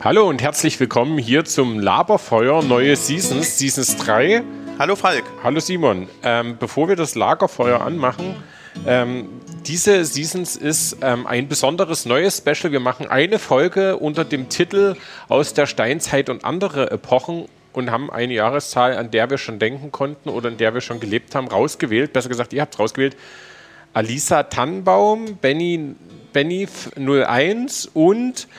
Hallo und herzlich willkommen hier zum Lagerfeuer, neue Seasons 3. Hallo Falk. Hallo Simon. Bevor wir das Lagerfeuer anmachen, diese Seasons ist ein besonderes neues Special. Wir machen eine Folge unter dem Titel Aus der Steinzeit und andere Epochen und haben eine Jahreszahl, an der wir schon denken konnten oder in der wir schon gelebt haben, rausgewählt. Besser gesagt, ihr habt es rausgewählt. Alisa Tannenbaum, Benny 01 und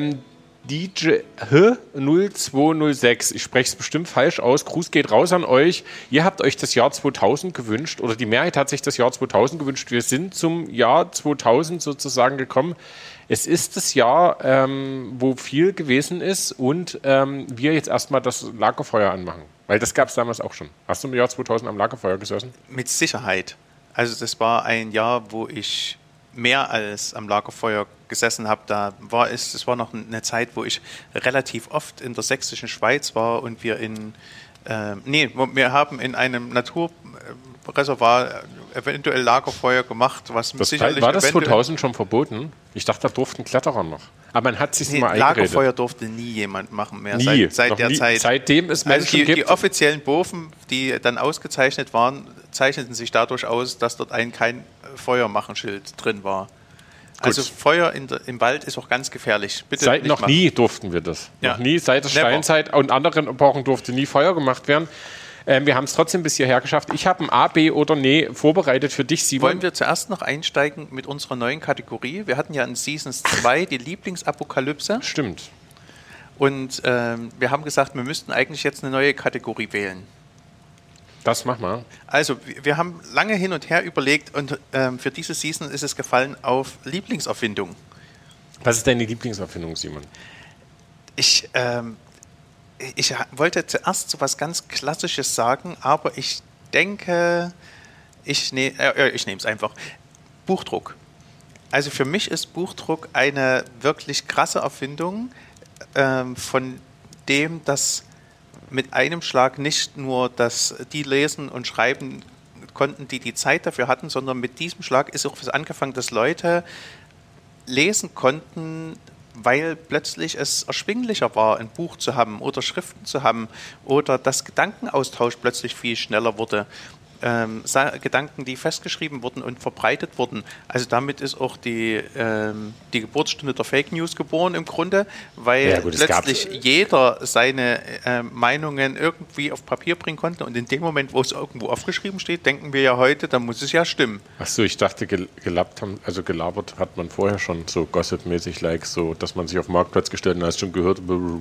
DJ 0206. Ich spreche es bestimmt falsch aus. Gruß geht raus an euch. Ihr habt euch das Jahr 2000 gewünscht oder die Mehrheit hat sich das Jahr 2000 gewünscht. Wir sind zum Jahr 2000 sozusagen gekommen. Es ist das Jahr, wo viel gewesen ist und wir jetzt erstmal das Lagerfeuer anmachen. Weil das gab es damals auch schon. Hast du im Jahr 2000 am Lagerfeuer gesessen? Mit Sicherheit. Also das war ein Jahr, wo ich mehr als am Lagerfeuer gesessen habe. Es war noch eine Zeit, wo ich relativ oft in der sächsischen Schweiz war und wir haben in einem Naturreservat eventuell Lagerfeuer gemacht, was sicherlich... War das 2000 schon verboten? Ich dachte, da durften Kletterer noch. Aber man hat sich mal eingeredet. Lagerfeuer durfte nie jemand machen mehr. Nie. Seit der Zeit. Seitdem es Menschen gibt. Die gibt. offiziellen Bofen, die dann ausgezeichnet waren, zeichneten sich dadurch aus, dass dort kein Feuermachenschild drin war. Gut. Also Feuer im Wald ist auch ganz gefährlich. Bitte noch nie durften wir das. Ja. Noch nie, seit der Steinzeit und anderen Epochen durfte nie Feuer gemacht werden. Wir haben es trotzdem bis hierher geschafft. Ich habe ein A, B oder Nee vorbereitet für dich, Simon. Wollen wir zuerst noch einsteigen mit unserer neuen Kategorie? Wir hatten ja in Seasons 2 die Lieblingsapokalypse. Stimmt. Und wir haben gesagt, wir müssten eigentlich jetzt eine neue Kategorie wählen. Das machen wir. Also, wir haben lange hin und her überlegt und für diese Season ist es gefallen auf Lieblingserfindung. Was ist deine Lieblingserfindung, Simon? Ich wollte zuerst so was ganz Klassisches sagen, aber ich denke, ich nehme es einfach. Buchdruck. Also für mich ist Buchdruck eine wirklich krasse Erfindung, von dem, dass mit einem Schlag nicht nur, dass die lesen und schreiben konnten, die Zeit dafür hatten, sondern mit diesem Schlag ist auch was angefangen, dass Leute lesen konnten, weil plötzlich es erschwinglicher war, ein Buch zu haben oder Schriften zu haben oder dass Gedankenaustausch plötzlich viel schneller wurde. Gedanken, die festgeschrieben wurden und verbreitet wurden. Also damit ist auch die Geburtsstunde der Fake News geboren im Grunde, weil plötzlich jeder seine Meinungen irgendwie auf Papier bringen konnte und in dem Moment, wo es irgendwo aufgeschrieben steht, denken wir ja heute, dann muss es ja stimmen. Achso, ich dachte, gelabert hat man vorher schon so gossip-mäßig, so, dass man sich auf den Marktplatz gestellt hat und hast schon gehört.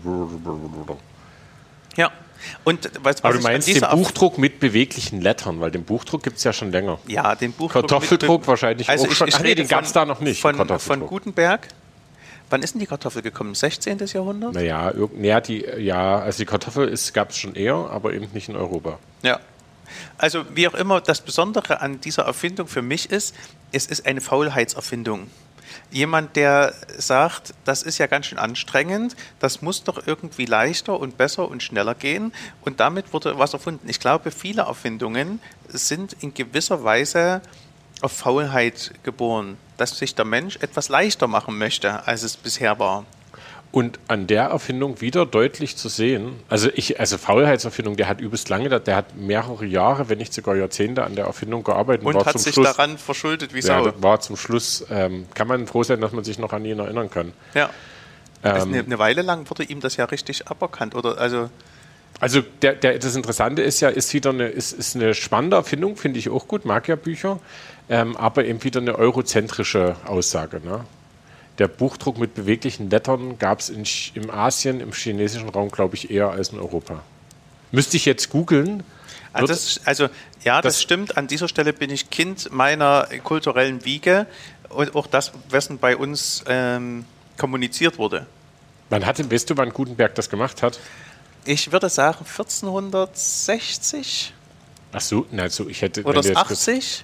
Ja. Und aber du meinst den Buchdruck mit beweglichen Lettern, weil den Buchdruck gibt es ja schon länger. Ja, den Buchdruck. Kartoffeldruck wahrscheinlich also auch schon. Den gab es da noch nicht. Von Gutenberg. Wann ist denn die Kartoffel gekommen? 16. Jahrhundert? Naja, also die Kartoffel gab es schon eher, aber eben nicht in Europa. Ja. Also wie auch immer, das Besondere an dieser Erfindung für mich ist, es ist eine Faulheitserfindung. Jemand, der sagt, das ist ja ganz schön anstrengend, das muss doch irgendwie leichter und besser und schneller gehen. Und damit wurde was erfunden. Ich glaube, viele Erfindungen sind in gewisser Weise auf Faulheit geboren, dass sich der Mensch etwas leichter machen möchte, als es bisher war. Und an der Erfindung wieder deutlich zu sehen, also Faulheitserfindung, der hat übelst lange, der hat mehrere Jahre, wenn nicht sogar Jahrzehnte an der Erfindung gearbeitet. Und hat sich daran verschuldet wie Sau. War zum Schluss, kann man froh sein, dass man sich noch an ihn erinnern kann. Ja, eine Weile lang wurde ihm das ja richtig aberkannt, oder? Also das Interessante ist ja, ist eine spannende Erfindung, finde ich auch gut, mag ja Bücher, aber eben wieder eine eurozentrische Aussage, ne? Der Buchdruck mit beweglichen Lettern gab es im Asien, im chinesischen Raum, glaube ich, eher als in Europa. Müsste ich jetzt googeln. Das stimmt. An dieser Stelle bin ich Kind meiner kulturellen Wiege und auch das, wessen bei uns kommuniziert wurde. Weißt du, wann Gutenberg das gemacht hat? Ich würde sagen 1460. Ach so, ich hätte... Oder 80?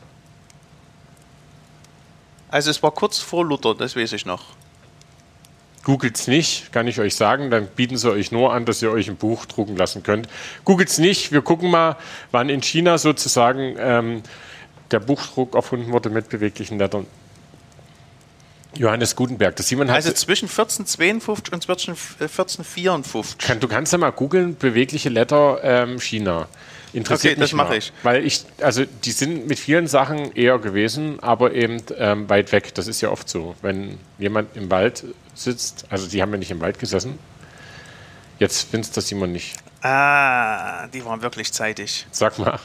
Also es war kurz vor Luther, das weiß ich noch. Googelt's nicht, kann ich euch sagen. Dann bieten sie euch nur an, dass ihr euch ein Buch drucken lassen könnt. Googelt's nicht. Wir gucken mal, wann in China sozusagen der Buchdruck erfunden wurde mit beweglichen Lettern. Johannes Gutenberg. Das Simon hat Also zwischen 1452 und 1454. Du kannst ja mal googeln, bewegliche Letter China. Interessiert Okay, mich das mache mal. ich. Weil die sind mit vielen Sachen eher gewesen, aber eben weit weg. Das ist ja oft so. Wenn jemand im Wald sitzt, also die haben ja nicht im Wald gesessen. Jetzt findest das Simon nicht. Ah, die waren wirklich zeitig. Sag mal.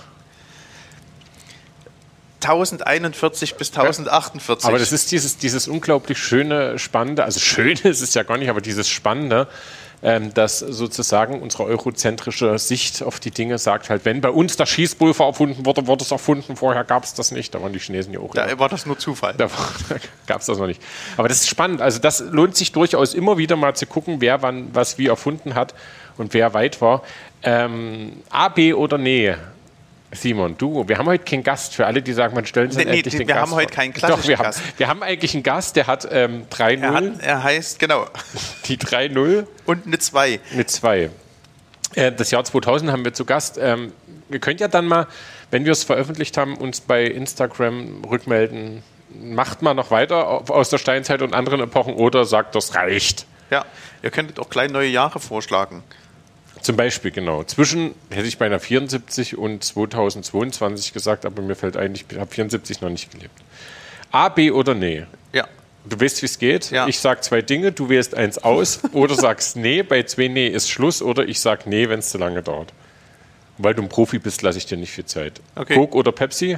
1041 bis 1048. Aber das ist dieses unglaublich schöne, spannende, also schön ist es ja gar nicht, aber dieses Spannende, dass sozusagen unsere eurozentrische Sicht auf die Dinge sagt halt, wenn bei uns das Schießpulver erfunden wurde, wurde es erfunden, vorher gab es das nicht. Da waren die Chinesen ja auch. Da war das nur Zufall. Da gab es das noch nicht. Aber das ist spannend. Also das lohnt sich durchaus immer wieder mal zu gucken, wer wann was wie erfunden hat und wer weit war. A, B oder nee? Simon, wir haben heute keinen Gast. Für alle, die sagen, man stellt sich endlich den Gast. Wir haben heute keinen klassischen Gast. Wir haben eigentlich einen Gast, der hat 3-0. Er heißt, genau. Die 3-0. Und eine 2. Eine 2. Das Jahr 2000 haben wir zu Gast. Wir könnt ja dann mal, wenn wir es veröffentlicht haben, uns bei Instagram rückmelden. Macht mal noch weiter aus der Steinzeit und anderen Epochen oder sagt, das reicht. Ja, ihr könntet auch gleich neue Jahre vorschlagen. Zum Beispiel, genau. Hätte ich bei einer 74 und 2022 gesagt, aber mir fällt ein, ich habe 74 noch nicht gelebt. A, B oder nee? Ja. Du weißt, wie es geht? Ja. Ich sage 2 Dinge, du wählst eins aus oder sagst nee, bei 2 nee ist Schluss oder ich sage nee, wenn es zu lange dauert. Und weil du ein Profi bist, lasse ich dir nicht viel Zeit. Okay. Coke oder Pepsi?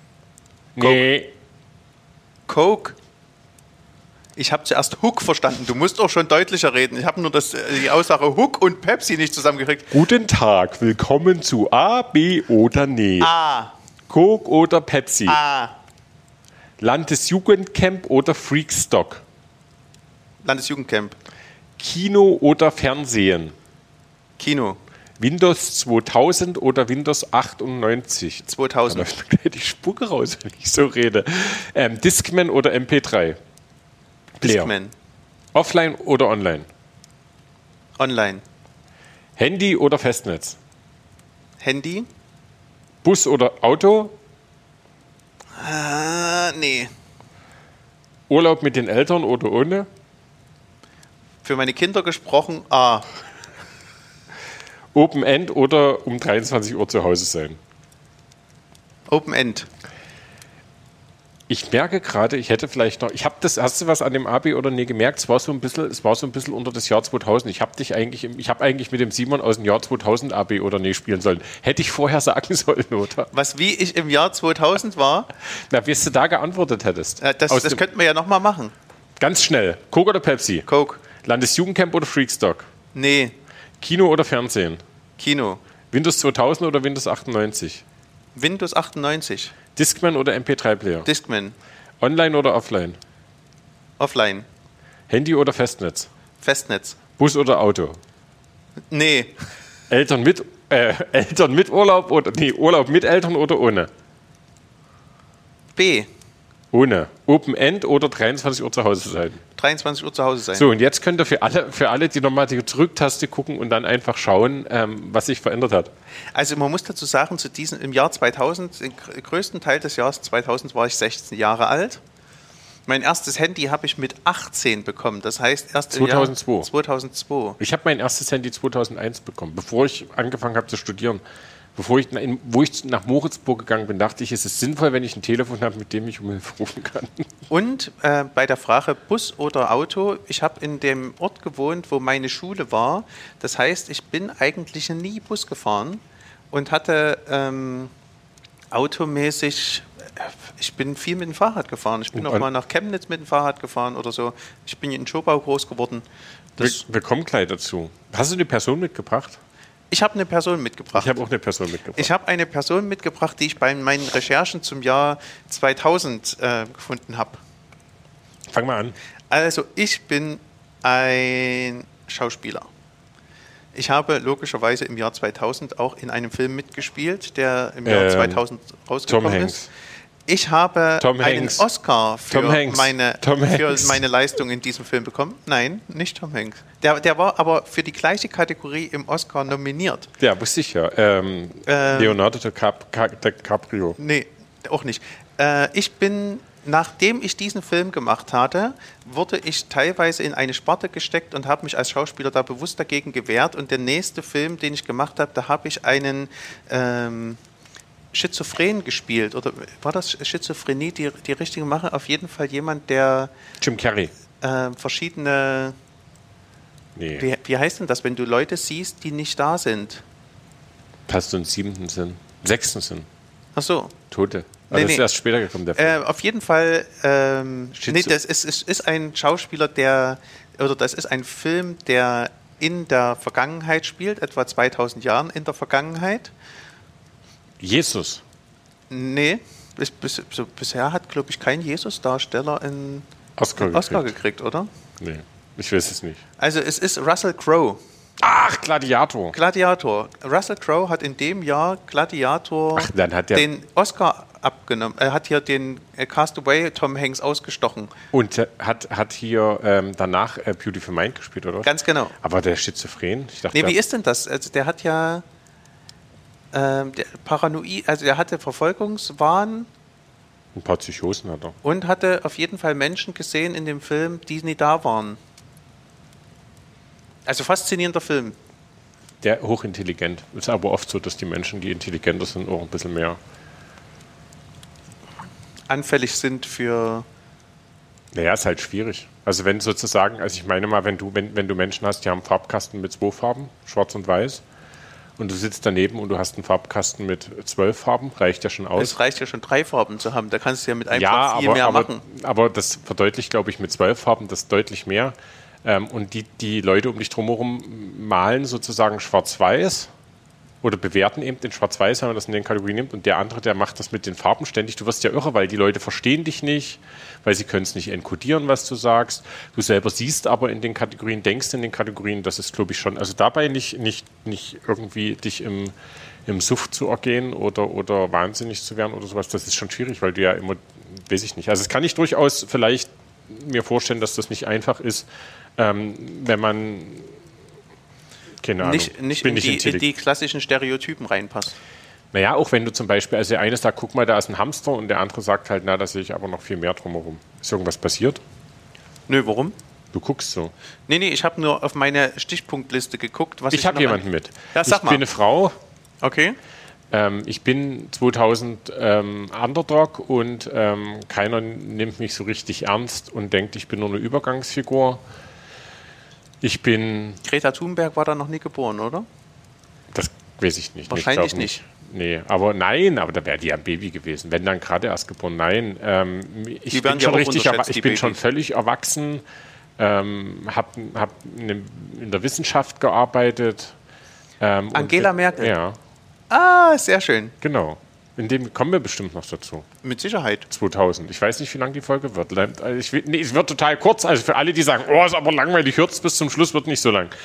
Nee. Coke. Ich habe zuerst Hook verstanden. Du musst auch schon deutlicher reden. Ich habe nur die Aussage Hook und Pepsi nicht zusammengekriegt. Guten Tag, willkommen zu A, B oder nee. A. Coke oder Pepsi? A. Landesjugendcamp oder Freakstock? Landesjugendcamp. Kino oder Fernsehen? Kino. Windows 2000 oder Windows 98? 2000. Da läuft mir gleich die Spucke raus, wenn ich so rede. Discman oder MP3? Discman. Offline oder online? Online. Handy oder Festnetz? Handy. Bus oder Auto? Nee. Urlaub mit den Eltern oder ohne? Für meine Kinder gesprochen, A. Open End oder um 23 Uhr zu Hause sein? Open End. Ich merke gerade, ich hätte vielleicht noch, hast du was an dem AB oder nee gemerkt? Es war so ein bisschen unter das Jahr 2000. Ich habe eigentlich mit dem Simon aus dem Jahr 2000 AB oder nee spielen sollen. Hätte ich vorher sagen sollen, oder? Wie ich im Jahr 2000 war? Na, wie du da geantwortet hättest. Das könnten wir ja nochmal machen. Ganz schnell. Coke oder Pepsi? Coke. Landesjugendcamp oder Freakstock? Nee. Kino oder Fernsehen? Kino. Windows 2000 oder Windows 98? Windows 98. Discman oder MP3-Player? Discman. Online oder offline? Offline. Handy oder Festnetz? Festnetz. Bus oder Auto? Nee. Eltern mit Urlaub oder Urlaub mit Eltern oder ohne? B. Ohne. Open End oder 23 Uhr zu Hause sein? 23 Uhr zu Hause sein. So, und jetzt könnt ihr für alle die nochmal die Zurücktaste gucken und dann einfach schauen, was sich verändert hat. Also man muss dazu sagen, im Jahr 2000, den größten Teil des Jahres 2000 war ich 16 Jahre alt. Mein erstes Handy habe ich mit 18 bekommen. Das heißt erst 2002. im Jahr 2002. Ich habe mein erstes Handy 2001 bekommen, bevor ich angefangen habe zu studieren. Wo ich nach Moritzburg gegangen bin, dachte ich, es ist sinnvoll, wenn ich ein Telefon habe, mit dem ich um Hilfe rufen kann. Und bei der Frage Bus oder Auto, ich habe in dem Ort gewohnt, wo meine Schule war. Das heißt, ich bin eigentlich nie Bus gefahren und hatte automäßig, ich bin viel mit dem Fahrrad gefahren. Ich bin auch mal nach Chemnitz mit dem Fahrrad gefahren oder so. Ich bin in Schobau groß geworden. Wir kommen gleich dazu. Hast du eine Person mitgebracht? Ich habe eine Person mitgebracht. Ich habe auch eine Person mitgebracht. Ich habe eine Person mitgebracht, die ich bei meinen Recherchen zum Jahr 2000 gefunden habe. Fang mal an. Also, ich bin ein Schauspieler. Ich habe logischerweise im Jahr 2000 auch in einem Film mitgespielt, der im Jahr 2000 rausgekommen ist. Ich habe einen Oscar für meine Leistung in diesem Film bekommen. Nein, nicht Tom Hanks. Der war aber für die gleiche Kategorie im Oscar nominiert. Ja, wusste ich ja. Leonardo DiCaprio. Nee, auch nicht. Ich bin nachdem ich diesen Film gemacht hatte, wurde ich teilweise in eine Sparte gesteckt und habe mich als Schauspieler da bewusst dagegen gewehrt. Und der nächste Film, den ich gemacht habe, da habe ich einen Schizophren gespielt. Oder war das Schizophrenie die richtige Mache? Auf jeden Fall jemand, der Jim Carrey. verschiedene... Nee. Wie heißt denn das, wenn du Leute siehst, die nicht da sind? Hast du einen 7. Sinn? 6. Sinn? Ach so. Tote. Aber das ist erst später gekommen, der Film. Auf jeden Fall, das ist ein Schauspieler, das ist ein Film, der in der Vergangenheit spielt, etwa 2000 Jahren in der Vergangenheit. Jesus? Nee, bisher hat, glaube ich, kein Jesus-Darsteller einen Oscar gekriegt, oder? Nee, ich weiß es nicht. Also es ist Russell Crowe. Ach, Gladiator. Russell Crowe hat in dem Jahr Gladiator den Oscar abgenommen. Er hat hier den Castaway Tom Hanks ausgestochen. Und hat hier danach Beauty for Mind gespielt, oder? Ganz genau. Aber der Schizophren? Ich dachte, wie ist denn das? Also der hat ja der Paranoid, also der hatte Verfolgungswahn. Ein paar Psychosen hat er. Und hatte auf jeden Fall Menschen gesehen in dem Film, die nie da waren. Also faszinierender Film. Der hochintelligent. Ist aber oft so, dass die Menschen, die intelligenter sind, auch ein bisschen mehr anfällig sind für... Naja, ist halt schwierig. Also wenn sozusagen, ich meine mal, wenn du Menschen hast, die haben einen Farbkasten mit 2 Farben, schwarz und weiß, und du sitzt daneben und du hast einen Farbkasten mit 12 Farben, reicht ja schon aus. Es reicht ja schon 3 Farben zu haben, da kannst du ja mit einem Farb viel mehr machen. Aber das verdeutlicht, glaube ich, mit 12 Farben das deutlich mehr. Und die Leute um dich drumherum malen sozusagen schwarz-weiß oder bewerten eben den Schwarz-Weiß, wenn man das in den Kategorien nimmt. Und der andere, der macht das mit den Farben ständig. Du wirst ja irre, weil die Leute verstehen dich nicht, weil sie können es nicht enkodieren, was du sagst. Du selber siehst aber in den Kategorien, denkst in den Kategorien, das ist, glaube ich, schon, also dabei nicht irgendwie dich im Suff zu ergehen oder wahnsinnig zu werden oder sowas, das ist schon schwierig, weil du ja immer, weiß ich nicht. Also es kann ich durchaus vielleicht mir vorstellen, dass das nicht einfach ist, wenn man keine Ahnung, nicht in die klassischen Stereotypen reinpasst. Naja, auch wenn du zum Beispiel, also der eine sagt, guck mal, da ist ein Hamster und der andere sagt halt, na, da sehe ich aber noch viel mehr drumherum. Ist irgendwas passiert? Nö, warum? Du guckst so. Nee, ich habe nur auf meine Stichpunktliste geguckt. Ich habe jemanden mit. Ja, sag mal. Ich bin eine Frau. Okay. Ich bin 2000 Underdog und keiner nimmt mich so richtig ernst und denkt, ich bin nur eine Übergangsfigur. Greta Thunberg war da noch nie geboren, oder? Das weiß ich nicht. Wahrscheinlich nicht. Nee, aber da wäre die ja ein Baby gewesen. Wenn dann gerade erst geboren. Nein, ich bin schon völlig erwachsen, habe in der Wissenschaft gearbeitet. Angela Merkel? Ja. Ah, sehr schön. Genau. In dem kommen wir bestimmt noch dazu. Mit Sicherheit. 2000. Ich weiß nicht, wie lang die Folge wird. Es wird total kurz. Also für alle, die sagen, oh, ist aber langweilig, hört es bis zum Schluss, wird nicht so lang.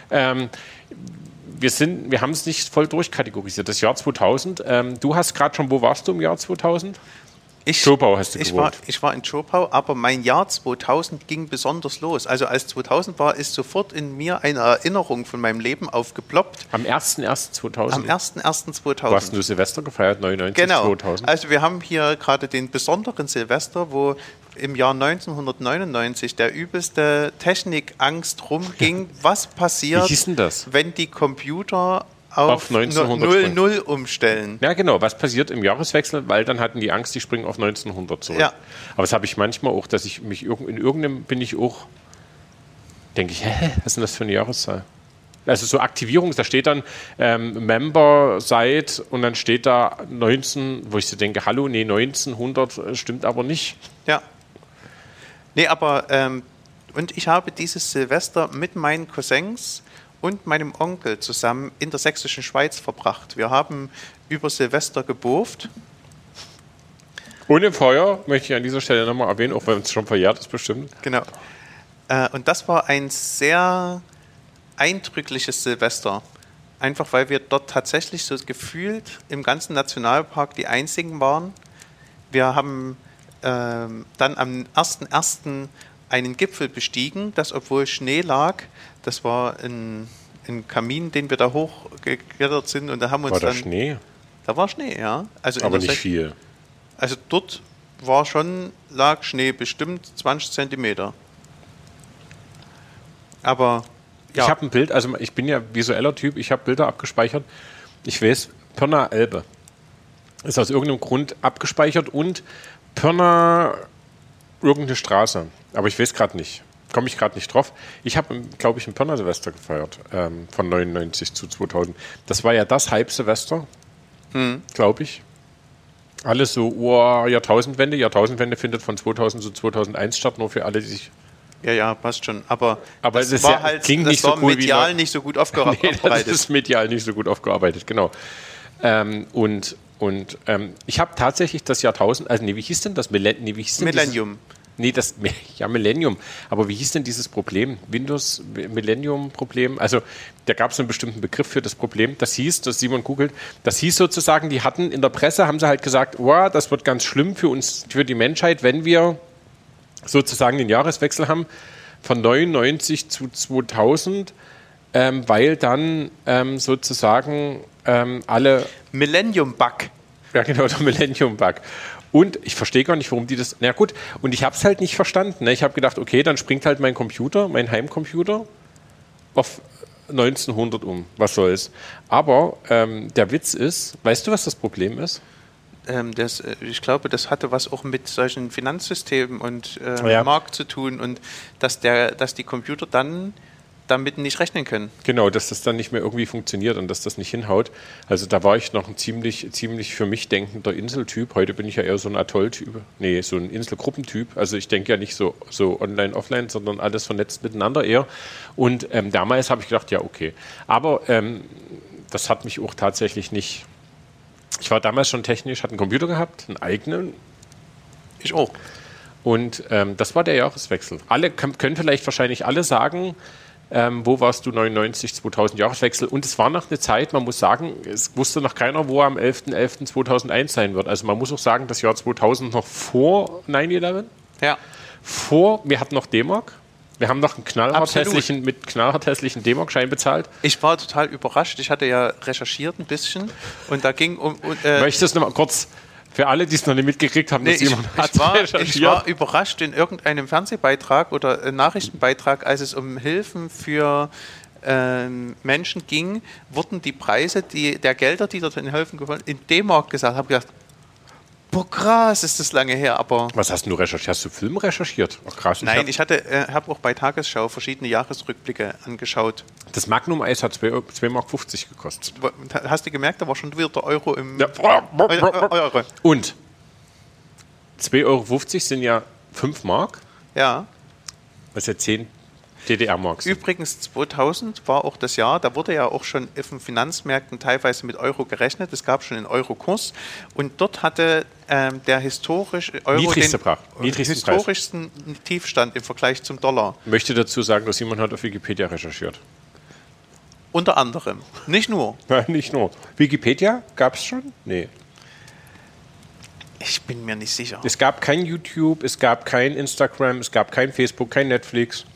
Wir haben es nicht voll durchkategorisiert. Das Jahr 2000. Du hast gerade schon, wo warst du im Jahr 2000? Zschopau hast du gewohnt. Ich war in Zschopau, aber mein Jahr 2000 ging besonders los. Also als 2000 war, ist sofort in mir eine Erinnerung von meinem Leben aufgeploppt. Am 01.01.2000? Am 01.01.2000. Du hast nur Silvester gefeiert, 99, genau. 2000. Also wir haben hier gerade den besonderen Silvester, wo im Jahr 1999 der übelste Technikangst rumging. Was passiert, wie hieß denn das? Wenn die Computer auf 00 umstellen. Ja, genau. Was passiert im Jahreswechsel? Weil dann hatten die Angst, die springen auf 1900 zurück. Ja. Aber das habe ich manchmal auch, dass ich mich in irgendeinem denke ich, was ist denn das für eine Jahreszahl? Also so Aktivierung, da steht dann Member seit und dann steht da 19, wo ich so denke, hallo, nee, 1900 stimmt aber nicht. Ja. Nee, aber und ich habe dieses Silvester mit meinen Cousins und meinem Onkel zusammen in der sächsischen Schweiz verbracht. Wir haben über Silvester gebovt. Ohne Feuer, möchte ich an dieser Stelle nochmal erwähnen, auch wenn es schon verjährt ist bestimmt. Genau. Und das war ein sehr eindrückliches Silvester. Einfach weil wir dort tatsächlich so gefühlt im ganzen Nationalpark die Einzigen waren. Wir haben dann am 1.1. einen Gipfel bestiegen, das obwohl Schnee lag, das war ein Kamin, den wir da hochgeklettert sind und da haben wir uns War da Schnee? Da war Schnee, ja. Also aber nicht viel. Also dort lag Schnee bestimmt 20 Zentimeter. Aber ja. Ich habe ein Bild, also ich bin ja visueller Typ, ich habe Bilder abgespeichert. Ich weiß, Pirna Elbe ist aus irgendeinem Grund abgespeichert und Pirna irgendeine Straße. Aber ich weiß gerade nicht. Komme ich gerade nicht drauf. Ich habe, glaube ich, ein Pirna Silvester gefeiert, von 99 zu 2000. Das war ja das Hype-Silvester, glaube ich. Alles so Jahrtausendwende. Jahrtausendwende findet von 2000 zu 2001 statt, nur für alle, die sich... Ja, passt schon. Aber das war halt, klingt nicht so cool medial nicht so gut aufgearbeitet. Nee, das ist medial nicht so gut aufgearbeitet, genau. Und ich habe tatsächlich das Jahrtausend, also wie hieß denn das? Millennium. Millennium. Aber wie hieß denn dieses Problem? Windows Millennium-Problem? Also da gab es einen bestimmten Begriff für das Problem. Das hieß, dass Simon googelt, das hieß sozusagen, die hatten in der Presse, haben sie halt gesagt, das wird ganz schlimm für uns, für die Menschheit, wenn wir sozusagen den Jahreswechsel haben von 99 zu 2000, weil dann sozusagen alle... Millennium-Bug. Ja, genau, der Millennium-Bug. Und ich verstehe gar nicht, warum die das... Na gut, und ich habe es halt nicht verstanden. Ne? Ich habe gedacht, okay, dann springt halt mein Computer, mein Heimcomputer, auf 1900 um. Was soll's? Aber der Witz ist, weißt du, was das Problem ist? Ich glaube, das hatte was auch mit solchen Finanzsystemen und Markt zu tun und dass die Computer dann damit nicht rechnen können. Genau, dass das dann nicht mehr irgendwie funktioniert und dass das nicht hinhaut. Also da war ich noch ein ziemlich für mich denkender Inseltyp. Heute bin ich ja eher so ein Atoll-Typ. Nee, so ein Inselgruppentyp. Also ich denke ja nicht so online, offline, sondern alles vernetzt miteinander eher. Und damals habe ich gedacht, ja, okay. Aber das hat mich auch tatsächlich nicht... Ich war damals schon technisch, hatte einen Computer gehabt, einen eigenen. Ich auch. Und das war der Jahreswechsel. Alle können vielleicht wahrscheinlich alle sagen, wo warst du 99, 2000 Jahreswechsel? Und es war noch eine Zeit, man muss sagen, es wusste noch keiner, wo er am 11.11.2001 sein wird. Also man muss auch sagen, das Jahr 2000 noch vor 9/11. Ja. Wir hatten noch D-Mark. Wir haben noch einen mit knallhart hässlichen D-Mark-Schein bezahlt. Ich war total überrascht. Ich hatte ja recherchiert ein bisschen und da ging Möchtest du noch mal kurz, für alle, die es noch nicht mitgekriegt haben, ich war überrascht in irgendeinem Fernsehbeitrag oder Nachrichtenbeitrag, als es um Hilfen für Menschen ging, wurden die Preise der Gelder, die dort in Hilfen geholt, in D-Mark gesagt. Ich habe gedacht, boah, krass, ist das lange her, aber... Was hast du recherchiert? Hast du Film recherchiert? Ach, krass. Nein, ich habe auch bei Tagesschau verschiedene Jahresrückblicke angeschaut. Das Magnum-Eis hat 2,50 Mark gekostet. Hast du gemerkt, da war schon wieder der Euro im... Ja. Euro. Und 2,50 Euro sind ja 5 Mark. Ja. Was ja 10 DDR-Mark. Übrigens 2000 war auch das Jahr, da wurde ja auch schon auf den Finanzmärkten teilweise mit Euro gerechnet. Es gab schon einen Euro-Kurs und dort hatte der historische Euro den historischsten Tiefstand im Vergleich zum Dollar. Ich möchte dazu sagen, dass jemand hat auf Wikipedia recherchiert. Unter anderem. Nicht nur. Nein, nicht nur. Wikipedia gab es schon? Nee. Ich bin mir nicht sicher. Es gab kein YouTube, es gab kein Instagram, es gab kein Facebook, kein Netflix.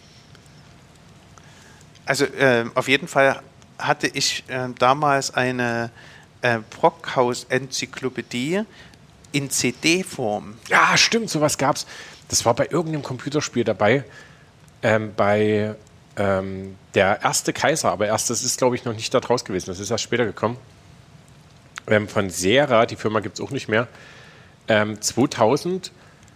Also auf jeden Fall hatte ich damals eine Brockhaus-Enzyklopädie in CD-Form. Ja, stimmt, sowas gab's. Das war bei irgendeinem Computerspiel dabei. Bei der erste Kaiser, aber das ist, glaube ich, noch nicht da draus gewesen. Das ist erst später gekommen. Von Sera, die Firma gibt es auch nicht mehr. 2000.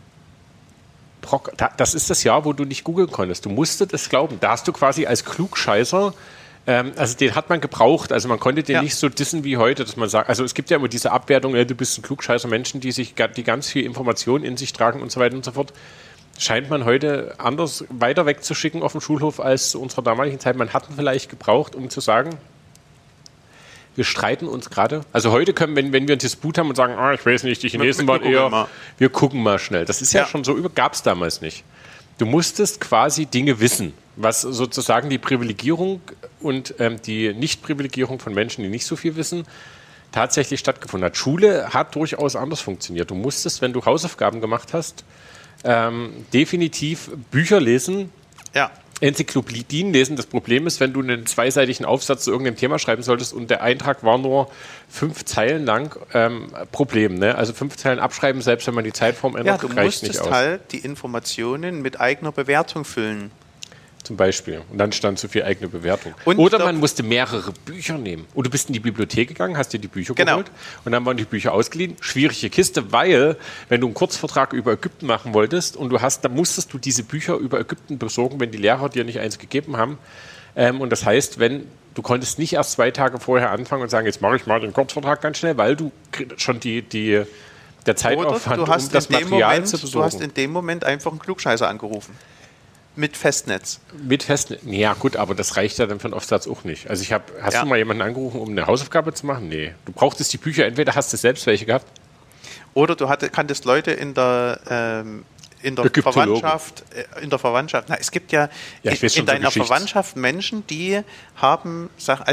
Das ist das Jahr, wo du nicht googeln konntest. Du musstest es glauben. Da hast du quasi als Klugscheißer, also den hat man gebraucht. Also man konnte den nicht so dissen wie heute, dass man sagt, also es gibt ja immer diese Abwertung, du bist ein Klugscheißer, Menschen, die ganz viel Information in sich tragen und so weiter und so fort. Scheint man heute anders weiter wegzuschicken auf dem Schulhof als zu unserer damaligen Zeit. Man hat ihn vielleicht gebraucht, um zu sagen, wir streiten uns gerade. Also heute können, wenn wir einen Disput haben und sagen, ich weiß nicht, die Chinesen waren eher, wir gucken mal schnell. Das ist ja schon so, gab es damals nicht. Du musstest quasi Dinge wissen, was sozusagen die Privilegierung und die Nicht-Privilegierung von Menschen, die nicht so viel wissen, tatsächlich stattgefunden hat. Schule hat durchaus anders funktioniert. Du musstest, wenn du Hausaufgaben gemacht hast, definitiv Bücher lesen, Enzyklopädien lesen. Das Problem ist, wenn du einen zweiseitigen Aufsatz zu irgendeinem Thema schreiben solltest und der Eintrag war nur 5 Zeilen lang, Problem. Ne? Also 5 Zeilen abschreiben, selbst wenn man die Zeitform ändert, reicht nicht aus. Du musstest halt die Informationen mit eigener Bewertung füllen. Zum Beispiel. Und dann stand so viel eigene Bewertung. Oder man musste mehrere Bücher nehmen. Und du bist in die Bibliothek gegangen, hast dir die Bücher geholt und dann waren die Bücher ausgeliehen. Schwierige Kiste, weil, wenn du einen Kurzvertrag über Ägypten machen wolltest und dann musstest du diese Bücher über Ägypten besorgen, wenn die Lehrer dir nicht eins gegeben haben. Und das heißt, du konntest nicht erst 2 Tage vorher anfangen und sagen, jetzt mache ich mal den Kurzvertrag ganz schnell, weil du schon der Zeitaufwand, um das Material zu besorgen. Du hast in dem Moment einfach einen Klugscheißer angerufen. Mit Festnetz. Mit Festnetz? Ja, gut, aber das reicht ja dann für einen Aufsatz auch nicht. Also hast du mal jemanden angerufen, um eine Hausaufgabe zu machen? Nee. Du brauchtest die Bücher, entweder hast du selbst welche gehabt. Oder du kanntest Leute in der Verwandtschaft. Na, es gibt ja in deiner Verwandtschaft Menschen, die haben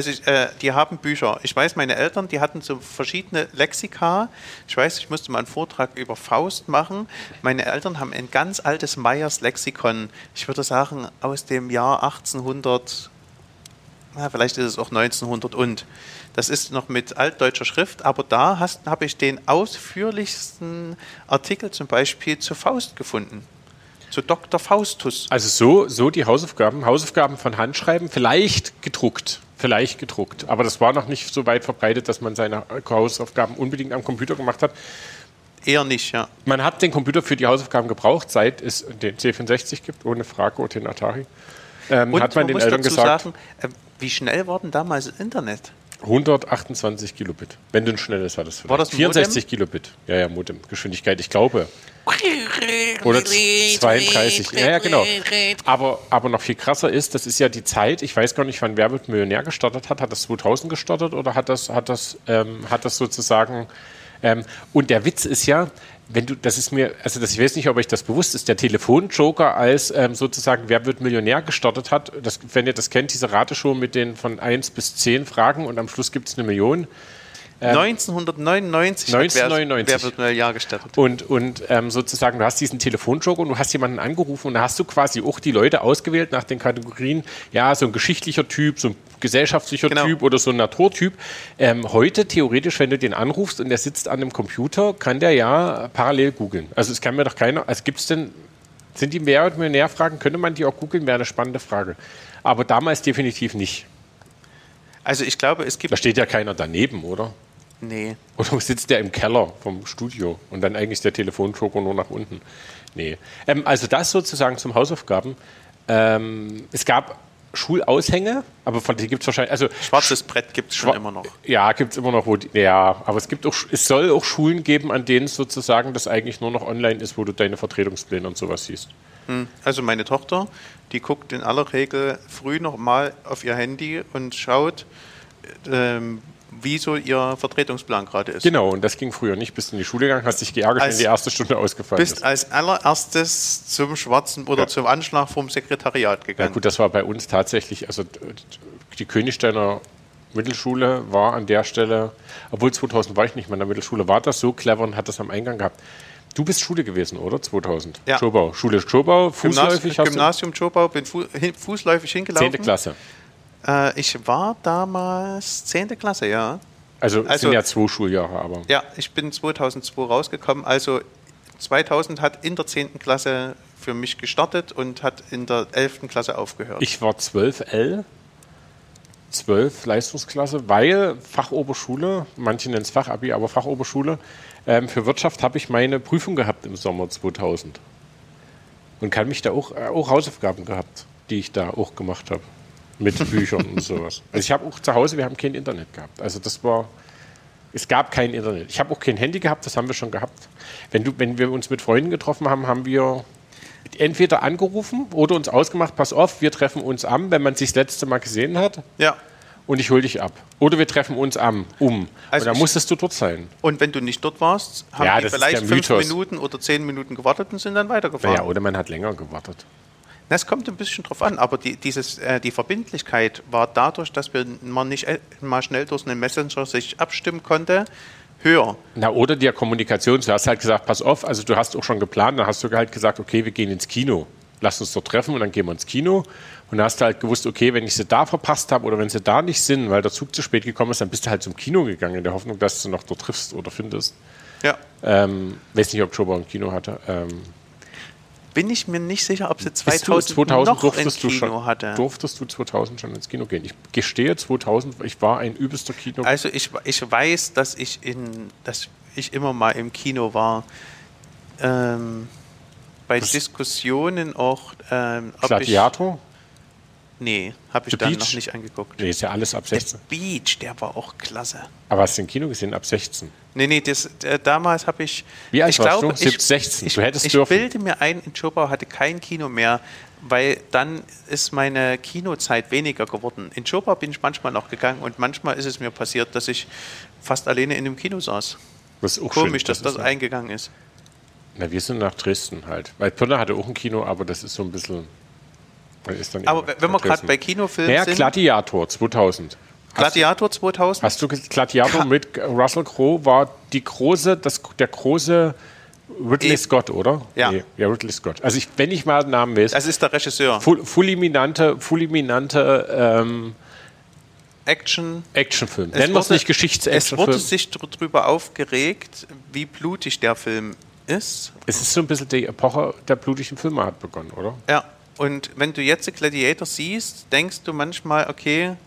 Bücher. Ich weiß, meine Eltern, die hatten so verschiedene Lexika. Ich weiß, ich musste mal einen Vortrag über Faust machen. Meine Eltern haben ein ganz altes Meyers Lexikon. Ich würde sagen, aus dem Jahr 1800, vielleicht ist es auch 1900 und. Das ist noch mit altdeutscher Schrift, aber da habe ich den ausführlichsten Artikel zum Beispiel zu Faust gefunden. Zu Dr. Faustus. Also so die Hausaufgaben von Handschreiben, vielleicht gedruckt. Aber das war noch nicht so weit verbreitet, dass man seine Hausaufgaben unbedingt am Computer gemacht hat. Eher nicht, ja. Man hat den Computer für die Hausaufgaben gebraucht, seit es den C64 gibt, ohne Frage, und den Atari. Und hat man den Eltern gesagt, sagen, wie schnell war denn damals das Internet? 128 Kilobit, wenn du ein schnelles hattest. War das 64 Modem? Kilobit. Ja, Modem. Geschwindigkeit, ich glaube. Oder 32. Ja, genau. Aber noch viel krasser ist, das ist ja die Zeit, ich weiß gar nicht, wann Wer wird Millionär gestartet hat. Hat das 2000 gestartet oder hat das sozusagen... und der Witz ist ja, ich weiß nicht, ob euch das bewusst ist, der Telefonjoker als sozusagen Wer wird Millionär gestartet hat, wenn ihr das kennt, diese Rateshow mit den von 1 bis 10 Fragen und am Schluss gibt es 1 Million. 1999 Wer wird Millionär gestartet. Und sozusagen, du hast diesen Telefonjoker und du hast jemanden angerufen und da hast du quasi auch die Leute ausgewählt nach den Kategorien, ja, so ein geschichtlicher Typ, so ein gesellschaftlicher Typ oder so ein Naturtyp. Heute theoretisch, wenn du den anrufst und der sitzt an einem Computer, kann der ja parallel googeln. Also es kann mir doch keiner, sind die Wer wird Millionär-Fragen, könnte man die auch googeln, wäre eine spannende Frage. Aber damals definitiv nicht. Also ich glaube, es gibt... Da steht ja keiner daneben, oder? Nee. Oder sitzt der im Keller vom Studio und dann eigentlich der Telefonjoker nur nach unten? Nee. Also das sozusagen zum Hausaufgaben. Es gab Schulaushänge, aber von denen gibt es wahrscheinlich... Also schwarzes Brett gibt es schon immer noch. Ja, gibt es immer noch. Aber es soll auch Schulen geben, an denen sozusagen das eigentlich nur noch online ist, wo du deine Vertretungspläne und sowas siehst. Also meine Tochter, die guckt in aller Regel früh noch mal auf ihr Handy und schaut, wie so ihr Vertretungsplan gerade ist. Genau, und das ging früher nicht. Bist in die Schule gegangen, hast dich geärgert, wenn die erste Stunde ausgefallen ist. Bist als allererstes zum schwarzen oder zum Anschlag vom Sekretariat gegangen. Ja gut, das war bei uns tatsächlich, also die Königsteiner Mittelschule war an der Stelle, obwohl 2000 war ich nicht mehr in der Mittelschule, war das so clever und hat das am Eingang gehabt. Du bist Schule gewesen, oder? 2000? Ja. Schobau. Schule Schobau, fußläufig Gymnasium Schobau, bin fußläufig hingelaufen. 10. Klasse. Ich war damals 10. Klasse, ja. Also sind ja 2 Schuljahre, aber... Ja, ich bin 2002 rausgekommen. Also 2000 hat in der 10. Klasse für mich gestartet und hat in der 11. Klasse aufgehört. Ich war 12 Leistungsklasse, weil Fachoberschule, manche nennen es Fachabi, aber Fachoberschule, für Wirtschaft habe ich meine Prüfung gehabt im Sommer 2000. Und kann mich da auch Hausaufgaben gehabt, die ich da auch gemacht habe. Mit Büchern und sowas. Also ich habe auch zu Hause, wir haben kein Internet gehabt. Also es gab kein Internet. Ich habe auch kein Handy gehabt, das haben wir schon gehabt. Wenn wir uns mit Freunden getroffen haben, haben wir entweder angerufen oder uns ausgemacht, pass auf, wir treffen uns wenn man sich das letzte Mal gesehen hat. Ja. Und ich hole dich ab. Oder wir treffen uns Also und dann musstest du dort sein. Und wenn du nicht dort warst, haben die vielleicht 5 Minuten oder 10 Minuten gewartet und sind dann weitergefahren. Ja, oder man hat länger gewartet. Das kommt ein bisschen drauf an, aber die Verbindlichkeit war dadurch, dass man nicht mal schnell durch einen Messenger sich abstimmen konnte, höher. Oder die Kommunikation. Du hast halt gesagt, pass auf, also du hast auch schon geplant, dann hast du halt gesagt, okay, wir gehen ins Kino. lass uns dort treffen und dann gehen wir ins Kino. Und da hast du halt gewusst, okay, wenn ich sie da verpasst habe oder wenn sie da nicht sind, weil der Zug zu spät gekommen ist, dann bist du halt zum Kino gegangen, in der Hoffnung, dass du noch dort triffst oder findest. Ja. Weiß nicht, ob Joba ein Kino hatte. Bin ich mir nicht sicher, ob sie 2000 noch durftest ein Kino schon, hatte. Durftest du 2000 schon ins Kino gehen? Ich gestehe, 2000, ich war ein übelster Kino. Also ich weiß, dass ich immer mal im Kino war. Bei Diskussionen auch. Gladiator? Nee, habe ich The dann Beach? noch nicht angeguckt. Nee, ist ja alles ab 16. The Beach, der war auch klasse. Aber hast du im Kino gesehen ab 16? Nee, damals habe ich... Wie alt ich warst glaube, du? 16. Du hättest ich dürfen. bilde mir ein, in Schopau hatte kein Kino mehr, weil dann ist meine Kinozeit weniger geworden. In Schopau bin ich manchmal noch gegangen und manchmal ist es mir passiert, dass ich fast alleine in dem Kino saß. Das ist auch Komisch, schön. dass das eingegangen ist. Na, wir sind nach Dresden halt. Weil Pirna hatte auch ein Kino, aber das ist so ein bisschen... Aber wenn wir gerade bei Kinofilmen sind... Gladiator 2000. Gladiator 2000? Hast du Gladiator mit Russell Crowe war der große Ridley Scott, oder? Ja. Nee, ja, Ridley Scott. Also wenn ich mal den Namen weiß. Das ist der Regisseur. Fulminante Actionfilm. Nennen wir es nicht Geschichts-Actionfilm. Es wurde sich darüber aufgeregt, wie blutig der Film ist. Es ist so ein bisschen die Epoche der blutigen Filme hat begonnen, oder? Ja. Und wenn du jetzt Gladiator siehst, denkst du manchmal, okay,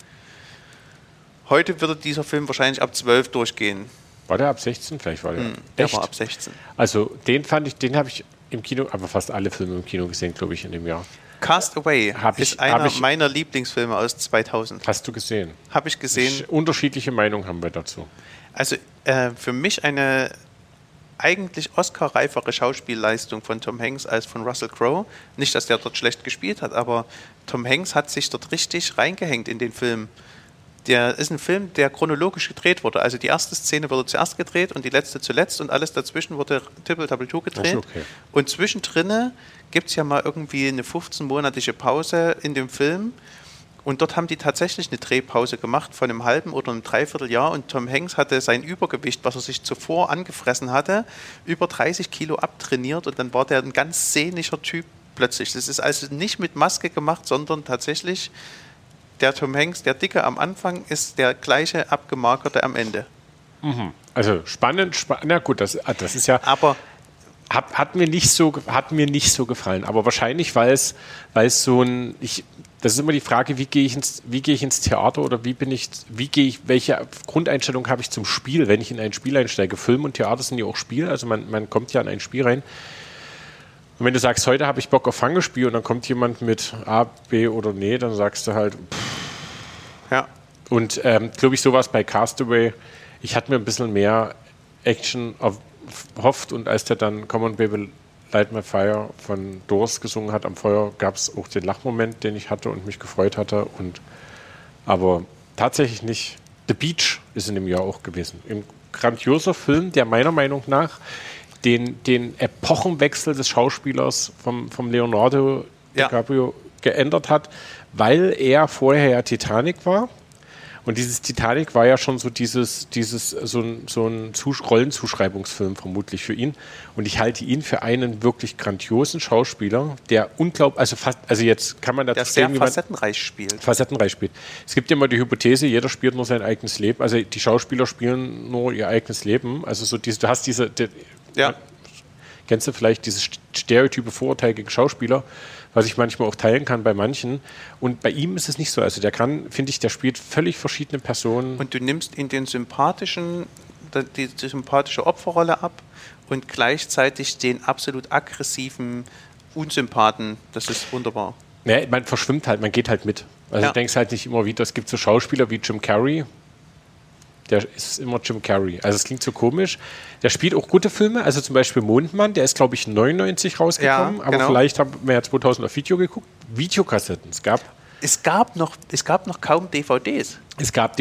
heute würde dieser Film wahrscheinlich ab 12 durchgehen. War der ab 16? Vielleicht war der. Der war ab 16. Also den habe ich im Kino, aber fast alle Filme im Kino gesehen, glaube ich, in dem Jahr. Castaway ist einer meiner Lieblingsfilme aus 2000. Hast du gesehen? Habe ich gesehen. Unterschiedliche Meinungen haben wir dazu. Also für mich eine eigentlich Oscar-reifere Schauspielleistung von Tom Hanks als von Russell Crowe. Nicht, dass der dort schlecht gespielt hat, aber Tom Hanks hat sich dort richtig reingehängt in den Film. Der ist ein Film, der chronologisch gedreht wurde. Also die erste Szene wurde zuerst gedreht und die letzte zuletzt und alles dazwischen wurde tippeltappeltour gedreht. Okay. Und zwischendrin gibt es ja mal irgendwie eine 15-monatige Pause in dem Film. Und dort haben die tatsächlich eine Drehpause gemacht von einem halben oder einem Dreivierteljahr und Tom Hanks hatte sein Übergewicht, was er sich zuvor angefressen hatte, über 30 Kilo abtrainiert und dann war der ein ganz sehnischer Typ plötzlich. Das ist also nicht mit Maske gemacht, sondern tatsächlich der Tom Hanks, der Dicke am Anfang, ist der gleiche Abgemagerte am Ende. Mhm. Also spannend. Na gut, das ist ja... Aber hat mir nicht so gefallen. Aber wahrscheinlich, weil es so ein... Das ist immer die Frage, wie gehe ich ins Theater oder welche Grundeinstellung habe ich zum Spiel, wenn ich in ein Spiel einsteige. Film und Theater sind ja auch Spiel, also man kommt ja in ein Spiel rein. Und wenn du sagst, heute habe ich Bock auf Fangespiel und dann kommt jemand mit A, B oder nee, dann sagst du halt, ja. Und glaube ich, sowas bei Castaway, ich hatte mir ein bisschen mehr Action erhofft und als der dann Come on Baby Light My Fire von Doors gesungen hat am Feuer, gab es auch den Lachmoment, den ich hatte und mich gefreut hatte. Aber tatsächlich nicht. The Beach ist in dem Jahr auch gewesen. Ein grandioser Film, der meiner Meinung nach den Epochenwechsel des Schauspielers vom Leonardo DiCaprio geändert hat, weil er vorher ja Titanic war. Und dieses Titanic war ja schon so so ein Rollenzuschreibungsfilm vermutlich für ihn. Und ich halte ihn für einen wirklich grandiosen Schauspieler, der unglaublich, also jetzt kann man dazu stehen, der sehr facettenreich spielt. Es gibt ja immer die Hypothese, jeder spielt nur sein eigenes Leben. Also die Schauspieler spielen nur ihr eigenes Leben. Also so du hast kennst du vielleicht dieses stereotype Vorurteil gegen Schauspieler, was ich manchmal auch teilen kann bei manchen. Und bei ihm ist es nicht so. Also der spielt völlig verschiedene Personen. Und du nimmst ihn die sympathische Opferrolle ab und gleichzeitig den absolut aggressiven Unsympathen. Das ist wunderbar. Ja, man verschwimmt halt, man geht halt mit. Also du denkst halt nicht immer wieder, es gibt so Schauspieler wie Jim Carrey. Der ist immer Jim Carrey. Also es klingt so komisch. Der spielt auch gute Filme, also zum Beispiel Mondmann, der ist glaube ich 99 rausgekommen, aber vielleicht haben wir ja 2000 auf Video geguckt. Videokassetten, es gab noch kaum DVDs. Es gab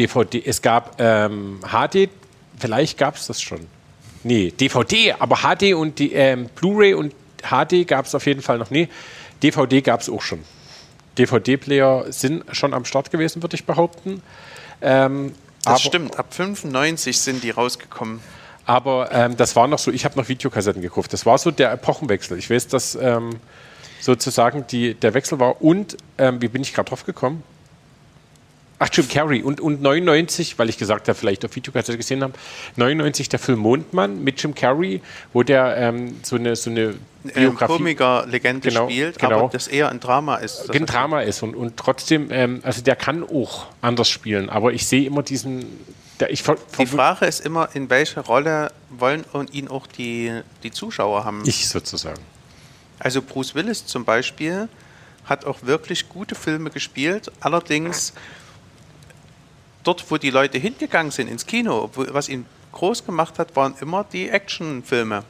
HD, vielleicht gab es das schon. Nee, DVD, aber HD und die Blu-ray und HD gab es auf jeden Fall noch. Nee, DVD gab es auch schon. DVD-Player sind schon am Start gewesen, würde ich behaupten. Das stimmt, ab 95 sind die rausgekommen. Aber das war noch so, ich habe noch Videokassetten gekauft. Das war so der Epochenwechsel. Ich weiß, dass sozusagen der Wechsel war. Und, wie bin ich gerade drauf gekommen? Ach, Jim Carrey und 99, weil ich gesagt habe, vielleicht auf Videokassette gesehen habe, 99 der Film Mondmann mit Jim Carrey, wo der so eine Biografie... Komiker-Legende spielt, aber das eher ein Drama ist. Ein Drama ist und trotzdem, also der kann auch anders spielen, aber ich sehe immer diesen... Die Frage ist immer, in welche Rolle wollen und ihn auch die Zuschauer haben. Ich sozusagen. Also Bruce Willis zum Beispiel hat auch wirklich gute Filme gespielt, allerdings... Dort, wo die Leute hingegangen sind, ins Kino, was ihn groß gemacht hat, waren immer die Actionfilme.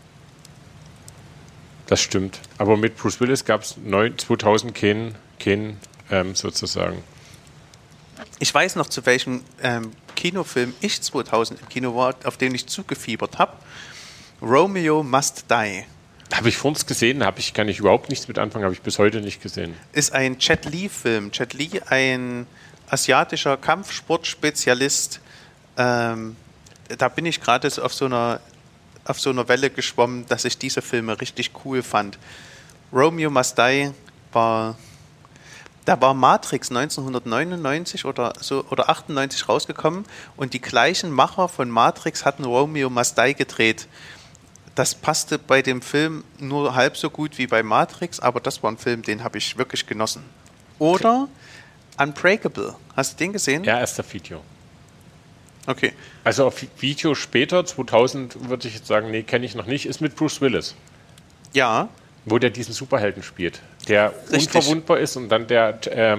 Das stimmt. Aber mit Bruce Willis gab es 2000 keinen sozusagen. Ich weiß noch, zu welchem Kinofilm ich 2000 im Kino war, auf den ich zugefiebert habe. Romeo Must Die. Habe ich vor uns gesehen, kann ich überhaupt nichts mit anfangen, habe ich bis heute nicht gesehen. Ist ein Jet Li-Film. Jet Li, ein asiatischer Kampfsportspezialist. Da bin ich gerade so auf so einer Welle geschwommen, dass ich diese Filme richtig cool fand. Romeo Must Die da war Matrix 1999 oder 98 rausgekommen und die gleichen Macher von Matrix hatten Romeo Must Die gedreht. Das passte bei dem Film nur halb so gut wie bei Matrix, aber das war ein Film, den habe ich wirklich genossen. Oder Unbreakable. Hast du den gesehen? Ja, erst auf Video. Okay. Also auf Video später, 2000, würde ich jetzt sagen, nee, kenne ich noch nicht, ist mit Bruce Willis. Ja. Wo der diesen Superhelden spielt, der unverwundbar ist und dann der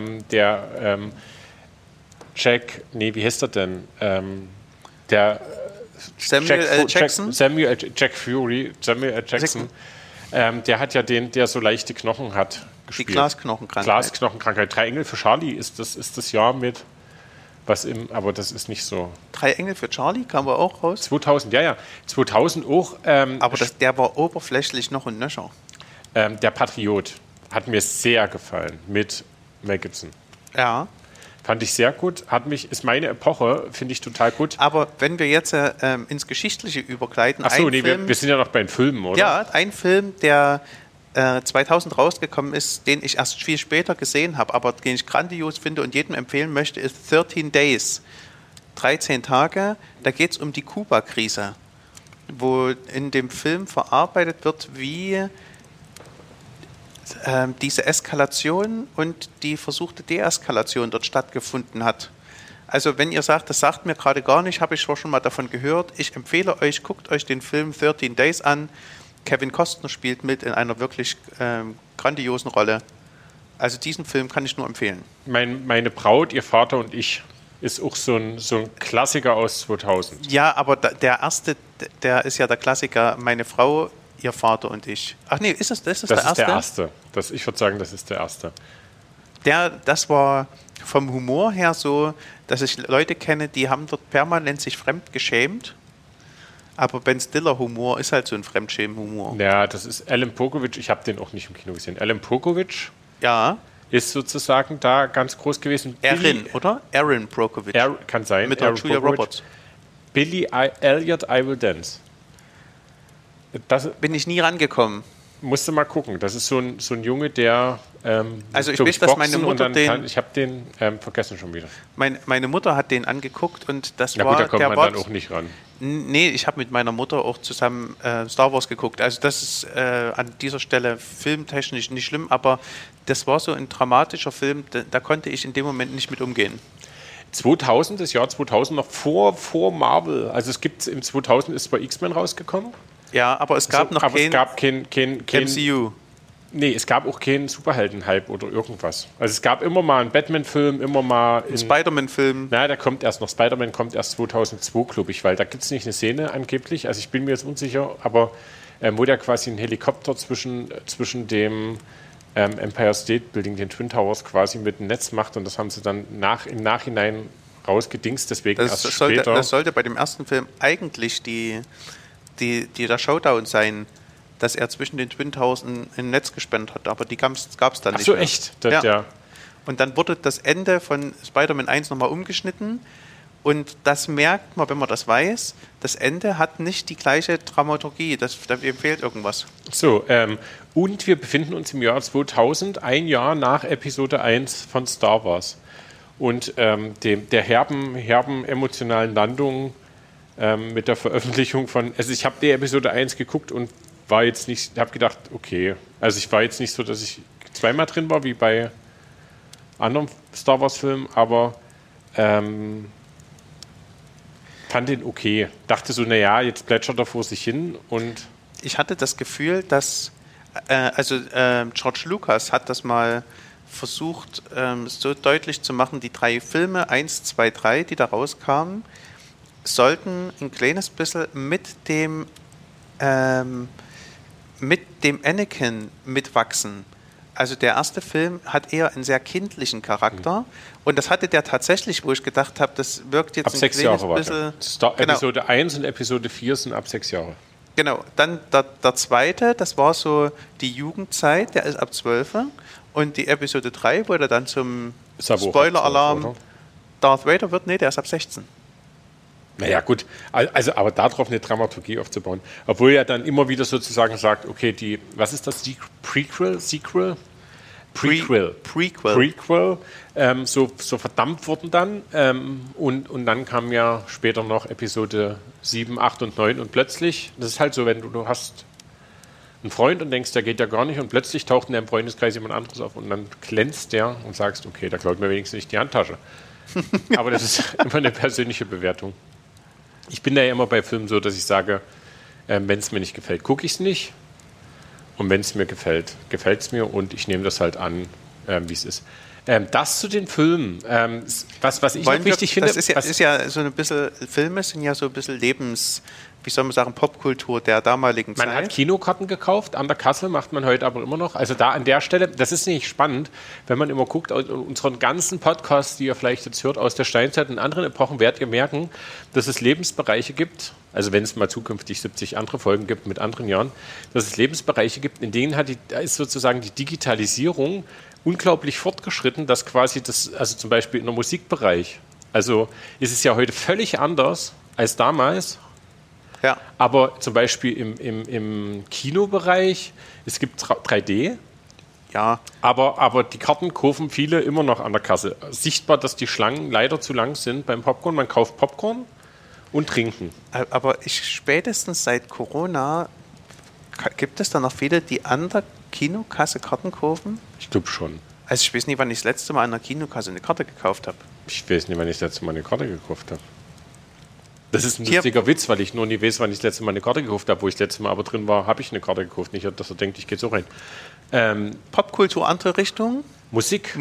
Jack, nee, wie heißt er denn? Der Samuel L. Jackson? Jack Fury, Samuel L. Jackson. Der hat ja der so leichte Knochen hat. Die Glasknochenkrankheit. Glasknochenkrankheit. 3 Engel für Charlie ist das Jahr mit, aber das ist nicht so. 3 Engel für Charlie kam aber auch raus. 2000, ja. 2000 auch. Aber der war oberflächlich noch und nöcher. Der Patriot hat mir sehr gefallen mit Mel Gibson. Ja. Fand ich sehr gut. Ist meine Epoche, finde ich total gut. Aber wenn wir jetzt ins Geschichtliche übergleiten. Achso, nee, wir sind ja noch bei den Filmen, oder? Ja, ein Film, der 2000 rausgekommen ist, den ich erst viel später gesehen habe, aber den ich grandios finde und jedem empfehlen möchte, ist 13 Days. 13 Tage. Da geht es um die Kuba-Krise, wo in dem Film verarbeitet wird, wie diese Eskalation und die versuchte Deeskalation dort stattgefunden hat. Also wenn ihr sagt, das sagt mir gerade gar nicht, habe ich schon mal davon gehört. Ich empfehle euch, guckt euch den Film 13 Days an. Kevin Costner spielt mit in einer wirklich grandiosen Rolle. Also diesen Film kann ich nur empfehlen. Meine Braut, ihr Vater und ich ist auch so ein Klassiker aus 2000. Ja, aber der erste, der ist ja der Klassiker. Meine Frau, ihr Vater und ich. Ach nee, das ist der erste? Das ist der erste. Ich würde sagen, das ist der erste. Das war vom Humor her so, dass ich Leute kenne, die haben dort permanent sich fremd geschämt. Aber Ben Stiller Humor ist halt so ein Fremdschämen-Humor. Ja, das ist Alan Pokovich. Ich habe den auch nicht im Kino gesehen. Alan Pokovich ist sozusagen da ganz groß gewesen. Aaron Brockovich. Kann sein. Mit der Julia Roberts. Billy Elliot, I Will Dance. Bin ich nie rangekommen. Musst du mal gucken. Das ist so ein Junge, der also ich weiß, dass meine Mutter ich habe den vergessen schon wieder. Meine Mutter hat den angeguckt und das war... Ja gut, da kommt man dann auch nicht ran. Nee, ich habe mit meiner Mutter auch zusammen Star Wars geguckt. Also das ist an dieser Stelle filmtechnisch nicht schlimm, aber das war so ein dramatischer Film, da konnte ich in dem Moment nicht mit umgehen. Das Jahr 2000 noch vor Marvel. Also es gibt im 2000 ist bei X-Men rausgekommen. Ja, aber es gab kein MCU. Nee, es gab auch keinen Superhelden-Hype oder irgendwas. Also es gab immer mal einen Batman-Film, immer mal einen Spider-Man-Film. Nein, der kommt erst noch. Spider-Man kommt erst 2002, glaube ich, weil da gibt es nicht eine Szene angeblich. Also ich bin mir jetzt unsicher, aber wo der quasi einen Helikopter zwischen dem Empire State Building, den Twin Towers, quasi mit dem Netz macht und das haben sie dann im Nachhinein rausgedingst, deswegen später. Das sollte bei dem ersten Film eigentlich der Showdown sein, dass er zwischen den Twin Towers ein Netz gespannt hat, aber die gab es dann nicht. Ach so, echt? Ja. Und dann wurde das Ende von Spider-Man 1 nochmal umgeschnitten Und das merkt man, wenn man das weiß. Das Ende hat nicht die gleiche Dramaturgie. Da fehlt irgendwas. So, und wir befinden uns im Jahr 2000, ein Jahr nach Episode 1 von Star Wars. Und der herben emotionalen Landung mit der Veröffentlichung von. Also, ich habe die Episode 1 geguckt und war jetzt nicht. Habe gedacht, okay. Also, ich war jetzt nicht so, dass ich zweimal drin war, wie bei anderen Star Wars-Filmen, aber. Fand den okay. Dachte so, naja, jetzt plätschert er vor sich hin und. Ich hatte das Gefühl, dass. George Lucas hat das mal versucht, so deutlich zu machen: Die 3 Filme, 1, 2, 3, die da rauskamen, sollten ein kleines bisschen mit dem Anakin mitwachsen. Also der erste Film hat eher einen sehr kindlichen Charakter und das hatte der tatsächlich, wo ich gedacht habe, das wirkt jetzt ab ein 6 kleines Jahre bisschen... Genau. Episode 1 und Episode 4 sind ab 6 Jahre. Genau, dann der zweite, das war so die Jugendzeit, der ist ab 12. Und die Episode 3, wo er dann zum Spoiler-Alarm Darth Vader wird, nee, der ist ab 16. Naja, gut, also aber darauf eine Dramaturgie aufzubauen. Obwohl er dann immer wieder sozusagen sagt, okay, was ist das? Prequel? So verdammt wurden dann. Und dann kam ja später noch Episode 7, 8 und 9 und plötzlich, das ist halt so, wenn du hast einen Freund und denkst, der geht ja gar nicht und plötzlich taucht in deinem Freundeskreis jemand anderes auf und dann glänzt der und sagst, okay, da klaut mir wenigstens nicht die Handtasche. Aber das ist immer eine persönliche Bewertung. Ich bin da ja immer bei Filmen so, dass ich sage, wenn es mir nicht gefällt, gucke ich es nicht. Und wenn es mir gefällt, gefällt es mir und ich nehme das halt an, wie es ist. Das zu den Filmen. Was ich noch wichtig finde... Das ist ja so ein bisschen, Filme sind ja so ein bisschen wie soll man sagen, Popkultur der damaligen Zeit. Man hat Kinokarten gekauft, an der Kasse macht man heute aber immer noch. Also da an der Stelle, das ist nicht spannend, wenn man immer guckt, unseren ganzen Podcasts, die ihr vielleicht jetzt hört, aus der Steinzeit und anderen Epochen, werdet ihr merken, dass es Lebensbereiche gibt, also wenn es mal zukünftig 70 andere Folgen gibt mit anderen Jahren, dass es Lebensbereiche gibt, in denen da ist sozusagen die Digitalisierung unglaublich fortgeschritten, dass quasi also zum Beispiel in der Musikbereich, also ist es ja heute völlig anders als damals. Ja. Aber zum Beispiel im Kinobereich, es gibt 3D, ja. aber die Karten kaufen viele immer noch an der Kasse. Sichtbar, dass die Schlangen leider zu lang sind beim Popcorn. Man kauft Popcorn und Trinken. Aber spätestens seit Corona gibt es da noch viele, die an der Kinokasse Karten kaufen? Ich glaube schon. Also ich weiß nicht, wann ich das letzte Mal an der Kinokasse eine Karte gekauft habe. Ich weiß nicht, wann ich das letzte Mal eine Karte gekauft habe. Das ist ein lustiger Witz, weil ich nur nie weiß, wann ich das letzte Mal eine Karte gekauft habe. Wo ich das letzte Mal aber drin war, habe ich eine Karte gekauft. Nicht, dass er denkt, ich gehe so rein. Popkultur, andere Richtung? Musik.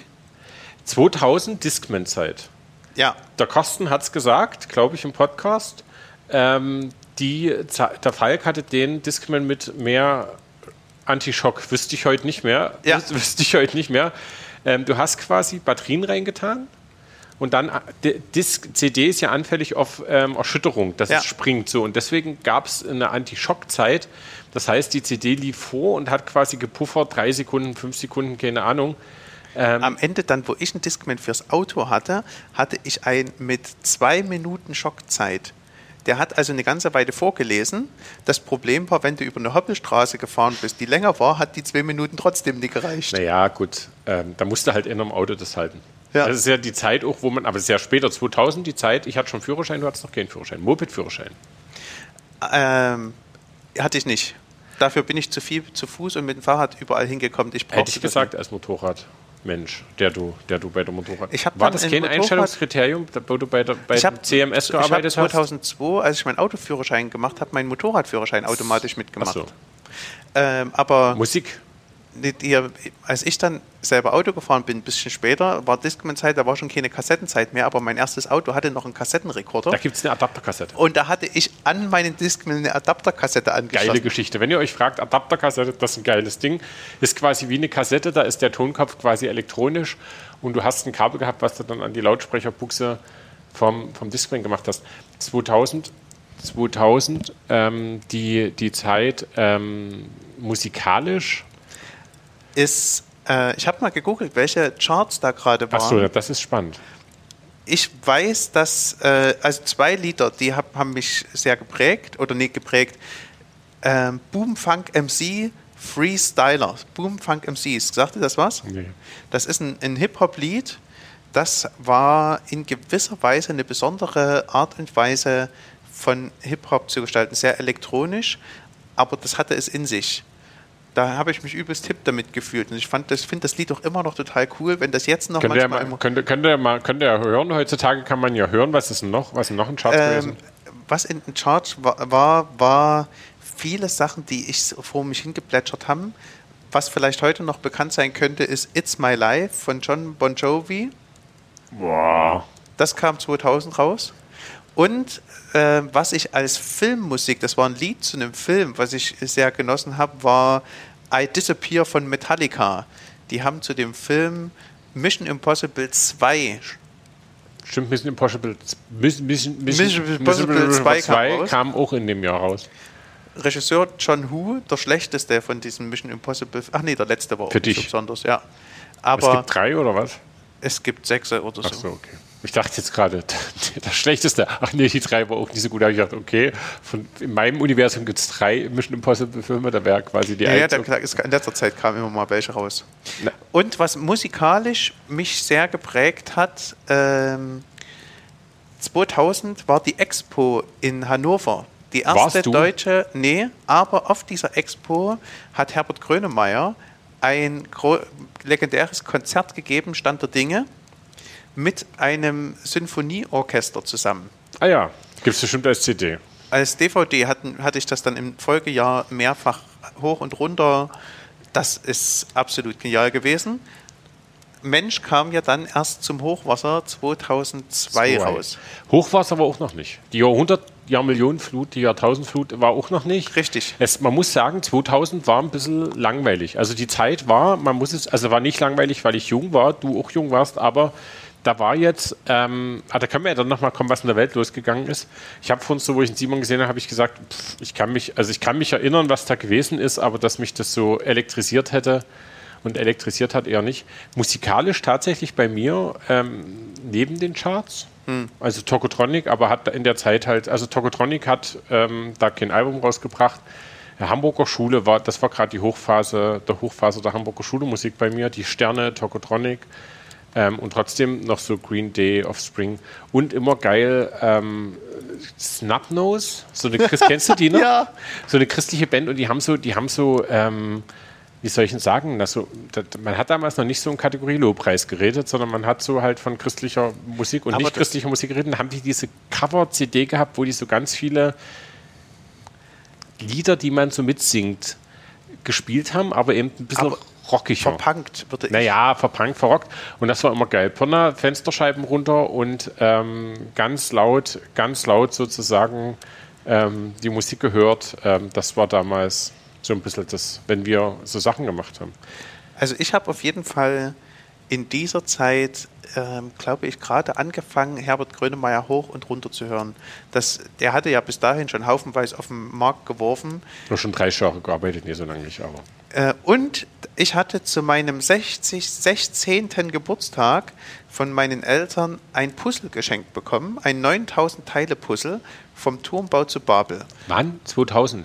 2000 Discman-Zeit. Ja. Der Carsten hat es gesagt, glaube ich, im Podcast. Der Falk hatte den Discman mit mehr Anti-Schock. Wüsste ich heute nicht mehr. Ja. Du hast quasi Batterien reingetan. Und dann, CD ist ja anfällig auf Erschütterung, dass es springt. So. Und deswegen gab es eine Anti-Schock-Zeit. Das heißt, die CD lief vor und hat quasi gepuffert, 3 Sekunden, 5 Sekunden, keine Ahnung. Am Ende dann, wo ich einen Discman fürs Auto hatte ich einen mit 2 Minuten Schockzeit. Der hat also eine ganze Weile vorgelesen. Das Problem war, wenn du über eine Hoppelstraße gefahren bist, die länger war, hat die 2 Minuten trotzdem nicht gereicht. Naja, gut. Da musste halt in einem Auto das halten. Ja. Das ist ja die Zeit auch, aber es ist ja später, 2000 die Zeit, ich hatte schon Führerschein, du hattest noch keinen Führerschein. Moped-Führerschein. Hatte ich nicht. Dafür bin ich zu viel zu Fuß und mit dem Fahrrad überall hingekommen. Hätte ich gesagt, als Motorradmensch, der du bei der Motorrad... War das kein Einstellungskriterium, wo du bei CMS gearbeitet hast? Ich habe 2002, als ich meinen Autoführerschein gemacht habe, meinen Motorradführerschein automatisch mitgemacht. Ach so. Aber Musik? Als ich dann selber Auto gefahren bin, ein bisschen später, war Discman-Zeit, da war schon keine Kassettenzeit mehr, aber mein erstes Auto hatte noch einen Kassettenrekorder. Da gibt es eine Adapterkassette. Und da hatte ich an meinen Discman eine Adapterkassette angeschlossen. Geile Geschichte. Wenn ihr euch fragt, Adapterkassette, das ist ein geiles Ding. Ist quasi wie eine Kassette, da ist der Tonkopf quasi elektronisch und du hast ein Kabel gehabt, was du dann an die Lautsprecherbuchse vom Discman gemacht hast. 2000 die Zeit musikalisch ich habe mal gegoogelt, welche Charts da gerade waren. Achso, das ist spannend. ich weiß, dass also zwei Lieder, die haben mich sehr geprägt oder nicht geprägt. Boom Funk MC Freestyler. Boom Funk MCs. Sagt ihr das was? Nee. Das ist ein Hip-Hop-Lied. Das war in gewisser Weise eine besondere Art und Weise von Hip-Hop zu gestalten. Sehr elektronisch, aber das hatte es in sich. Da habe ich mich übelst hip damit gefühlt. Und ich finde das Lied auch immer noch total cool, wenn das jetzt noch Könnt ihr hören? Heutzutage kann man ja hören, was noch in Charts gewesen? Was in den Charts war viele Sachen, die ich vor mich hingeplätschert haben. Was vielleicht heute noch bekannt sein könnte, ist It's My Life von John Bon Jovi. Boah. Das kam 2000 raus. Und was ich als Filmmusik, das war ein Lied zu einem Film, was ich sehr genossen habe, war I Disappear von Metallica. Die haben zu dem Film Mission Impossible 2. Stimmt, Mission Impossible 2 kam auch in dem Jahr raus. Regisseur John Woo, der schlechteste von diesem Mission Impossible. Ach nee, der letzte war auch nicht so besonders, ja. Aber es gibt 3 oder was? Es gibt 6 oder so. Ach so, okay. Ich dachte jetzt gerade, das Schlechteste. Ach nee, die 3 war auch nicht so gut. Da habe ich gedacht, okay, in meinem Universum gibt es 3 Mission Impossible Filme, da wäre quasi die Ja, in letzter Zeit kamen immer mal welche raus. Na. Und was musikalisch mich sehr geprägt hat, 2000 war die Expo in Hannover. Die erste deutsche, aber auf dieser Expo hat Herbert Grönemeyer ein legendäres Konzert gegeben, Stand der Dinge, mit einem Sinfonieorchester zusammen. Ah ja, gibt es bestimmt als CD. Als DVD hatte ich das dann im Folgejahr mehrfach hoch und runter. Das ist absolut genial gewesen. Mensch kam ja dann erst zum Hochwasser 2002 raus. Hochwasser war auch noch nicht. Die Jahrmillionenflut, die Jahrtausendflut war auch noch nicht. Richtig. Man muss sagen, 2000 war ein bisschen langweilig. Also die Zeit war, war nicht langweilig, weil ich jung war, du auch jung warst, aber da war jetzt, da können wir ja dann nochmal kommen, was in der Welt losgegangen ist. Ich habe vorhin so, wo ich den Simon gesehen habe, habe ich gesagt, ich kann mich erinnern, was da gewesen ist, aber dass mich das so elektrisiert hätte und elektrisiert hat eher nicht. Musikalisch tatsächlich bei mir neben den Charts, also Tokotronic, aber hat in der Zeit halt, also Tokotronic hat da kein Album rausgebracht. Hamburger Schule das war gerade die Hochphase der Hamburger Schule Musik bei mir, die Sterne, Tokotronic. Und trotzdem noch so Green Day, Offspring und immer geil Snubnose, kennst du die noch? Ja. So eine christliche Band und die haben so wie soll ich denn sagen, man hat damals noch nicht so in Kategorie Lobpreis geredet, sondern man hat so halt von christlicher Musik und nicht christlicher Musik geredet. Dann haben die diese Cover-CD gehabt, wo die so ganz viele Lieder, die man so mitsingt, gespielt haben, aber eben ein bisschen rockiger. Verpunkt, würde ich. Naja, verpunkt, verrockt. Und das war immer geil. Pirna, Fensterscheiben runter und ganz laut sozusagen die Musik gehört. Das war damals so ein bisschen das, wenn wir so Sachen gemacht haben. Also ich habe auf jeden Fall in dieser Zeit, glaube ich, gerade angefangen, Herbert Grönemeyer hoch und runter zu hören. Der hatte ja bis dahin schon haufenweise auf den Markt geworfen. Nur schon 30 Jahre gearbeitet, nicht so lange nicht, aber. Und ich hatte zu meinem 16. Geburtstag von meinen Eltern ein Puzzle geschenkt bekommen, ein 9000 Teile Puzzle vom Turmbau zu Babel. Wann? 2000?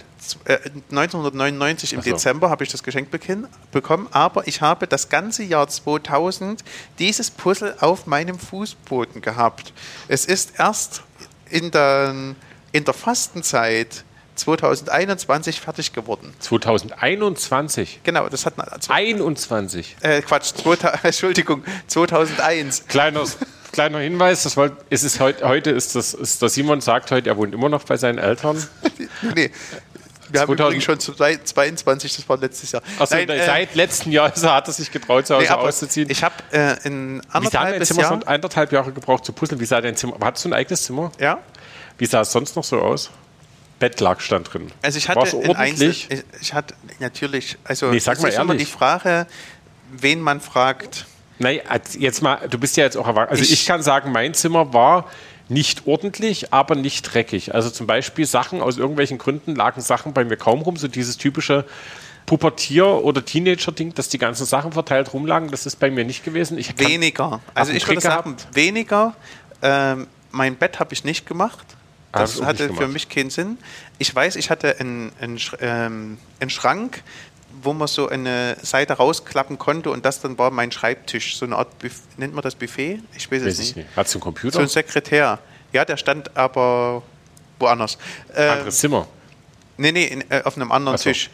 1999 im Dezember habe ich das geschenkt bekommen, aber ich habe das ganze Jahr 2000 dieses Puzzle auf meinem Fußboden gehabt. Es ist erst in der Fastenzeit 2021 fertig geworden. 2021? Genau, das hat... 21? Quatsch, Entschuldigung, 2001. Kleiner Hinweis, heute ist der Simon sagt heute, er wohnt immer noch bei seinen Eltern. Nee, wir haben übrigens schon 22, das war letztes Jahr. Achso, seit letztem Jahr hat er sich getraut, zu Hause auszuziehen. Ich habe in anderthalb Jahre gebraucht zu puzzeln. Wie sah dein Zimmer? Hattest du ein eigenes Zimmer? Ja. Wie sah es sonst noch so aus? Bettlaken stand drin. Also ich hatte ich hatte natürlich, also nee, sag mal ist immer die Frage, wen man fragt. Nein, jetzt mal, du bist ja jetzt auch erwachsen. Also ich kann sagen, mein Zimmer war nicht ordentlich, aber nicht dreckig. Also zum Beispiel Sachen, aus irgendwelchen Gründen lagen Sachen bei mir kaum rum, so dieses typische Pubertier- oder Teenager-Ding, dass die ganzen Sachen verteilt rumlagen, das ist bei mir nicht gewesen. Weniger. Also ich würde sagen, weniger. Mein Bett habe ich nicht gemacht. Das hatte für mich keinen Sinn. Ich weiß, ich hatte einen Schrank, wo man so eine Seite rausklappen konnte und das dann war mein Schreibtisch. So eine Art, nennt man das Buffet? Ich weiß es nicht. Hat es einen Computer? So ein Sekretär. Ja, der stand aber woanders. Anderes Zimmer? Nee, auf einem anderen Tisch.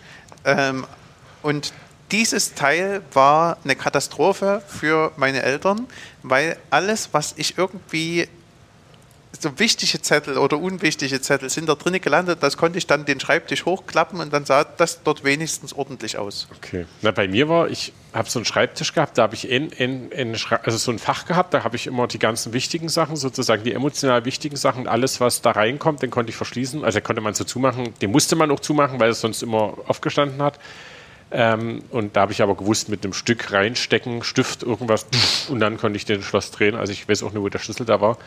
Und dieses Teil war eine Katastrophe für meine Eltern, weil alles, was ich irgendwie, so wichtige Zettel oder unwichtige Zettel sind da drinnen gelandet, das konnte ich dann den Schreibtisch hochklappen und dann sah das dort wenigstens ordentlich aus. Okay. Na, bei mir ich habe so einen Schreibtisch gehabt, da habe ich also so ein Fach gehabt, da habe ich immer die ganzen wichtigen Sachen, sozusagen die emotional wichtigen Sachen, alles, was da reinkommt, den konnte ich verschließen. Also konnte man so zumachen, den musste man auch zumachen, weil es sonst immer aufgestanden hat. Und da habe ich aber gewusst, mit einem Stück reinstecken, Stift, irgendwas, und dann konnte ich den Schloss drehen. Also ich weiß auch nur, wo der Schlüssel da war.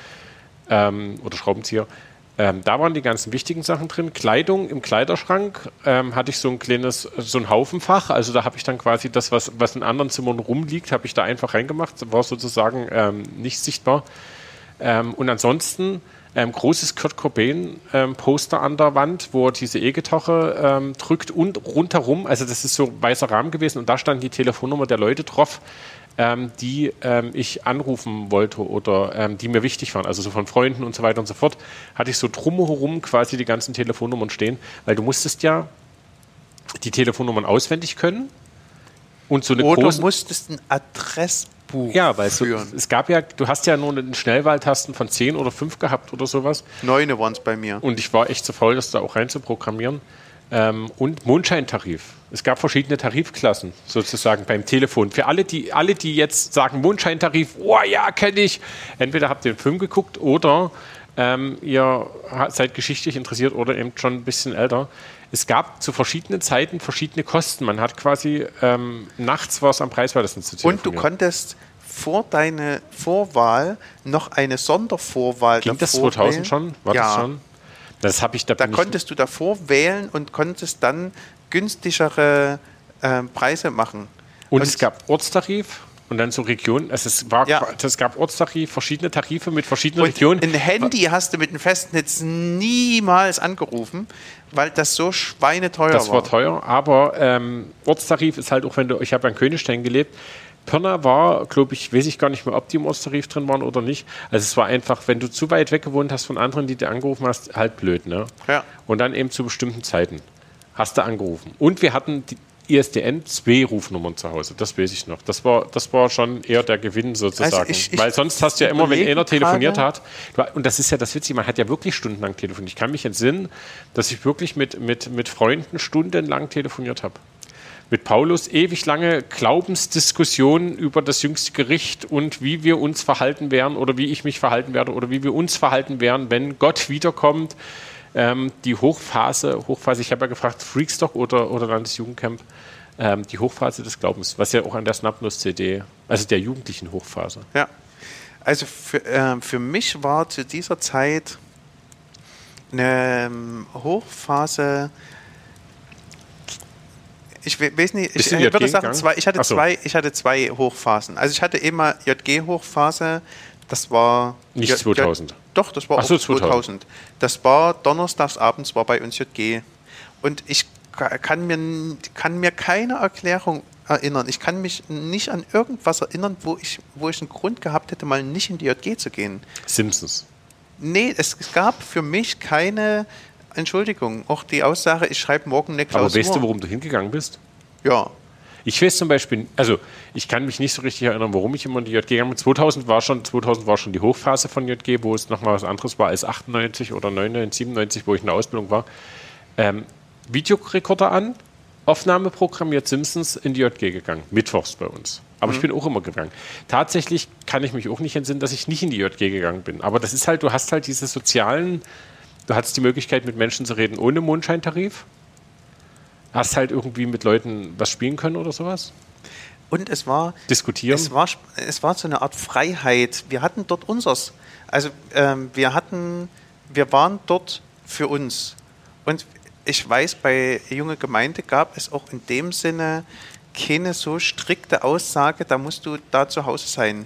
Oder Schraubenzieher. Da waren die ganzen wichtigen Sachen drin. Kleidung im Kleiderschrank hatte ich so ein Haufenfach. Also da habe ich dann quasi das, was in anderen Zimmern rumliegt, habe ich da einfach reingemacht. War sozusagen nicht sichtbar. Und ansonsten großes Kurt Cobain Poster an der Wand, wo er diese E-Gitarre drückt und rundherum, also das ist so weißer Rahmen gewesen und da stand die Telefonnummer der Leute drauf, die ich anrufen wollte oder die mir wichtig waren, also so von Freunden und so weiter und so fort, hatte ich so drumherum quasi die ganzen Telefonnummern stehen, weil du musstest ja die Telefonnummern auswendig können und so eine oder musstest ein Adressbuch führen. Es gab ja, du hast ja nur einen Schnellwahltasten von 10 oder 5 gehabt oder sowas. 9 waren es bei mir. Und ich war echt zu faul, das da auch rein zu programmieren. Und Mondscheintarif. Es gab verschiedene Tarifklassen sozusagen beim Telefon. Für alle, die jetzt sagen Mondscheintarif, oh ja, kenne ich. Entweder habt ihr den Film geguckt oder ihr seid geschichtlich interessiert oder eben schon ein bisschen älter. Es gab zu verschiedenen Zeiten verschiedene Kosten. Man hat quasi nachts war es am preiswertesten zu telefonieren. Und du konntest vor deiner Vorwahl noch eine Sondervorwahl Ging das 2000 schon? War das schon? Das habe ich da konntest du davor wählen und konntest dann günstigere Preise machen. Und es gab Ortstarif und dann so Regionen. Also es gab Ortstarif, verschiedene Tarife mit verschiedenen Regionen. Ein Handy hast du mit dem Festnetz niemals angerufen, weil das so schweineteuer war. Das war teuer, aber Ortstarif ist halt auch, ich habe an Königstein gelebt. Pirna war, glaube ich, weiß ich gar nicht mehr, ob die im Ortstarif drin waren oder nicht. Also es war einfach, wenn du zu weit weg gewohnt hast von anderen, die dir angerufen hast, halt blöd, ne? Ja. Und dann eben zu bestimmten Zeiten hast du angerufen. Und wir hatten die ISDN 2 Rufnummern zu Hause, das weiß ich noch. Das war schon eher der Gewinn sozusagen. Also weil sonst hast du ja immer, wenn einer telefoniert hat, und das ist ja das Witzige, man hat ja wirklich stundenlang telefoniert. Ich kann mich entsinnen, dass ich wirklich mit Freunden stundenlang telefoniert habe. Mit Paulus ewig lange Glaubensdiskussionen über das jüngste Gericht und wie wir uns verhalten werden oder wie ich mich verhalten werde oder wie wir uns verhalten werden, wenn Gott wiederkommt. Die Hochphase, ich habe ja gefragt, Freakstock oder Landesjugendcamp, die Hochphase des Glaubens, was ja auch an der Snapnuss-CD, also der jugendlichen Hochphase. Ja, also für mich war zu dieser Zeit eine Hochphase. Ich weiß nicht, ich würde sagen, ich hatte zwei Hochphasen. Also ich hatte immer JG-Hochphase, das war... Nicht 2000. Doch, das war auch 2000. Das war donnerstags abends, war bei uns JG. Und ich kann mir keine Erklärung erinnern. Ich kann mich nicht an irgendwas erinnern, wo ich einen Grund gehabt hätte, mal nicht in die JG zu gehen. Simpsons. Nee, es gab für mich keine... Entschuldigung, auch die Aussage, ich schreibe morgen eine Klausur. Aber weißt du, warum du hingegangen bist? Ja. Ich weiß zum Beispiel, also ich kann mich nicht so richtig erinnern, warum ich immer in die JG gegangen bin. 2000 war schon die Hochphase von JG, wo es nochmal was anderes war als 98 oder 99, 97, wo ich in der Ausbildung war. Videorekorder an, Aufnahme programmiert, Simpsons in die JG gegangen. Mittwochs bei uns. Aber ich bin auch immer gegangen. Tatsächlich kann ich mich auch nicht entsinnen, dass ich nicht in die JG gegangen bin. Aber das ist halt, du hast halt diese sozialen... Du hattest die Möglichkeit, mit Menschen zu reden ohne Mondscheintarif. Hast halt irgendwie mit Leuten was spielen können oder sowas. Und es war... Diskutieren. Es war so eine Art Freiheit. Wir hatten dort unseres. Also wir waren dort für uns. Und ich weiß, bei Junge Gemeinde gab es auch in dem Sinne keine so strikte Aussage, da musst du da zu Hause sein.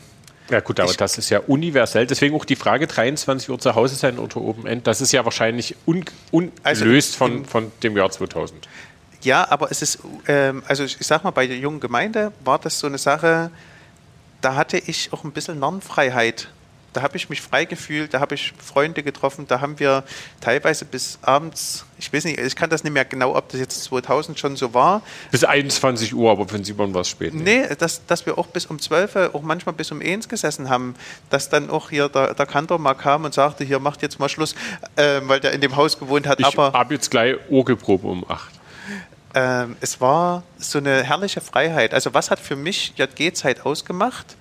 Ja gut, aber das ist ja universell. Deswegen auch die Frage, 23 Uhr zu Hause sein oder Open End, das ist ja wahrscheinlich ungelöst von dem Jahr 2000. Ja, aber es ist, also ich sag mal, bei der jungen Gemeinde war das so eine Sache, da hatte ich auch ein bisschen Narrenfreiheit. Da habe ich mich frei gefühlt, da habe ich Freunde getroffen, da haben wir teilweise bis abends, ich weiß nicht, ich kann das nicht mehr genau, ob das jetzt 2000 schon so war. Bis 21 Uhr, aber für Simon war es spät. Nee, dass wir auch bis um 12, auch manchmal bis um 1 gesessen haben, dass dann auch hier der Kantor mal kam und sagte, hier macht jetzt mal Schluss, weil der in dem Haus gewohnt hat. Ich habe jetzt gleich Orgelprobe um 8. Es war so eine herrliche Freiheit. Also was hat für mich JG-Zeit ausgemacht?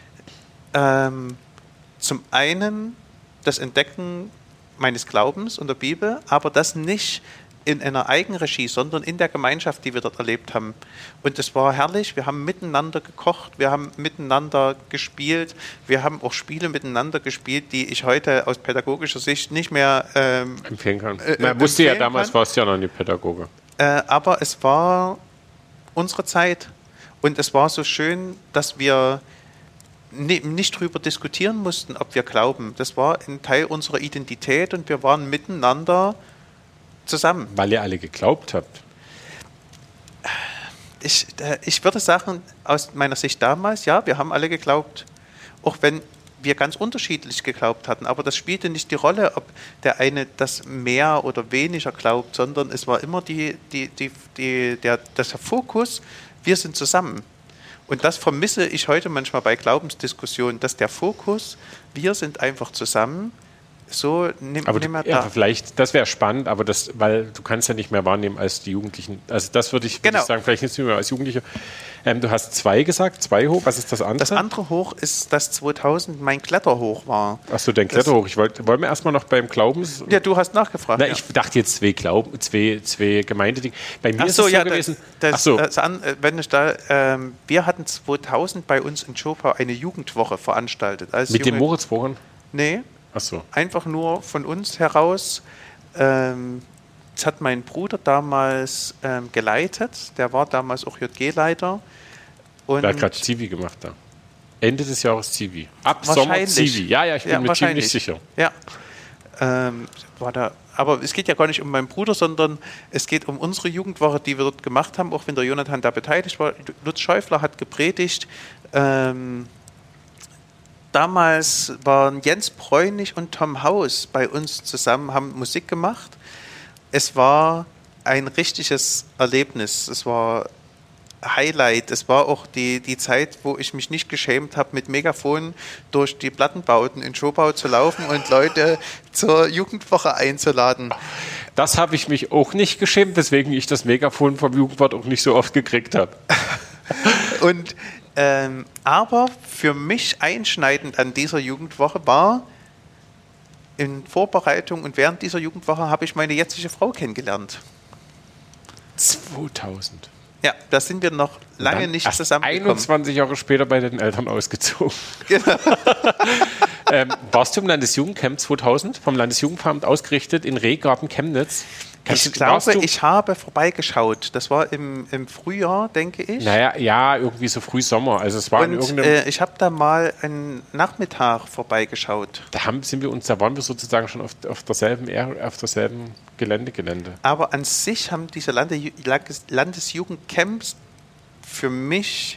Zum einen das Entdecken meines Glaubens und der Bibel, aber das nicht in einer Eigenregie, sondern in der Gemeinschaft, die wir dort erlebt haben. Und es war herrlich, wir haben miteinander gekocht, wir haben miteinander gespielt, wir haben auch Spiele miteinander gespielt, die ich heute aus pädagogischer Sicht nicht mehr empfehlen kann. Man wusste ja damals, warst du ja noch nicht Pädagoge. Aber es war unsere Zeit und es war so schön, dass wir nicht drüber diskutieren mussten, ob wir glauben. Das war ein Teil unserer Identität und wir waren miteinander zusammen. Weil ihr alle geglaubt habt. Ich würde sagen, aus meiner Sicht damals, ja, wir haben alle geglaubt. Auch wenn wir ganz unterschiedlich geglaubt hatten. Aber das spielte nicht die Rolle, ob der eine das mehr oder weniger glaubt, sondern es war immer der Fokus, wir sind zusammen. Und das vermisse ich heute manchmal bei Glaubensdiskussionen, dass der Fokus, wir sind einfach zusammen, so nimmt man da. Vielleicht, das wäre spannend, aber weil du kannst ja nicht mehr wahrnehmen als die Jugendlichen. Also das würde ich sagen, vielleicht nicht mehr als Jugendliche. Du hast 2 gesagt, 2 hoch, was ist das andere? Das andere hoch ist, dass 2000 mein Kletterhoch war. Achso, dein Kletterhoch. Wollen wir erstmal noch beim Glaubens... Ja, du hast nachgefragt. Na, ich dachte jetzt 2 Gemeindedinge. Bei mir ist es so gewesen... Wir hatten 2000 bei uns in Schopau eine Jugendwoche veranstaltet. Mit dem Moritz-Wochen? Nee. Ach so. Einfach nur von uns heraus. Das hat mein Bruder damals geleitet. Der war damals auch JG-Leiter. Der hat gerade Zivi gemacht da. Ende des Jahres Zivi. Ab Sommer Zivi. Ja, ich bin mir ziemlich sicher. Ja. Aber es geht ja gar nicht um meinen Bruder, sondern es geht um unsere Jugendwoche, die wir dort gemacht haben, auch wenn der Jonathan da beteiligt war. Lutz Schäufler hat gepredigt. Damals waren Jens Bräunig und Tom Haus bei uns zusammen, haben Musik gemacht. Es war ein richtiges Erlebnis. Es war Highlight. Es war auch die Zeit, wo ich mich nicht geschämt habe, mit Megafon durch die Plattenbauten in Schopau zu laufen und Leute zur Jugendwoche einzuladen. Das habe ich mich auch nicht geschämt, weswegen ich das Megafon vom Jugendwort auch nicht so oft gekriegt habe. Und aber für mich einschneidend an dieser Jugendwoche war, in Vorbereitung und während dieser Jugendwoche habe ich meine jetzige Frau kennengelernt. 2000. Ja, da sind wir noch lange nicht zusammengekommen. 21 Jahre später bei den Eltern ausgezogen. Genau. Warst du im Landesjugendcamp 2000 vom Landesjugendveramt ausgerichtet in Rehgarten, Chemnitz? Ich glaube, ich habe vorbeigeschaut. Das war im Frühjahr, denke ich. Naja, ja, irgendwie so Frühsommer. Also es war in irgendeinem... ich habe da mal einen Nachmittag vorbeigeschaut. Da waren wir sozusagen schon auf derselben Gelände. Aber an sich haben diese Landesjugendcamps für mich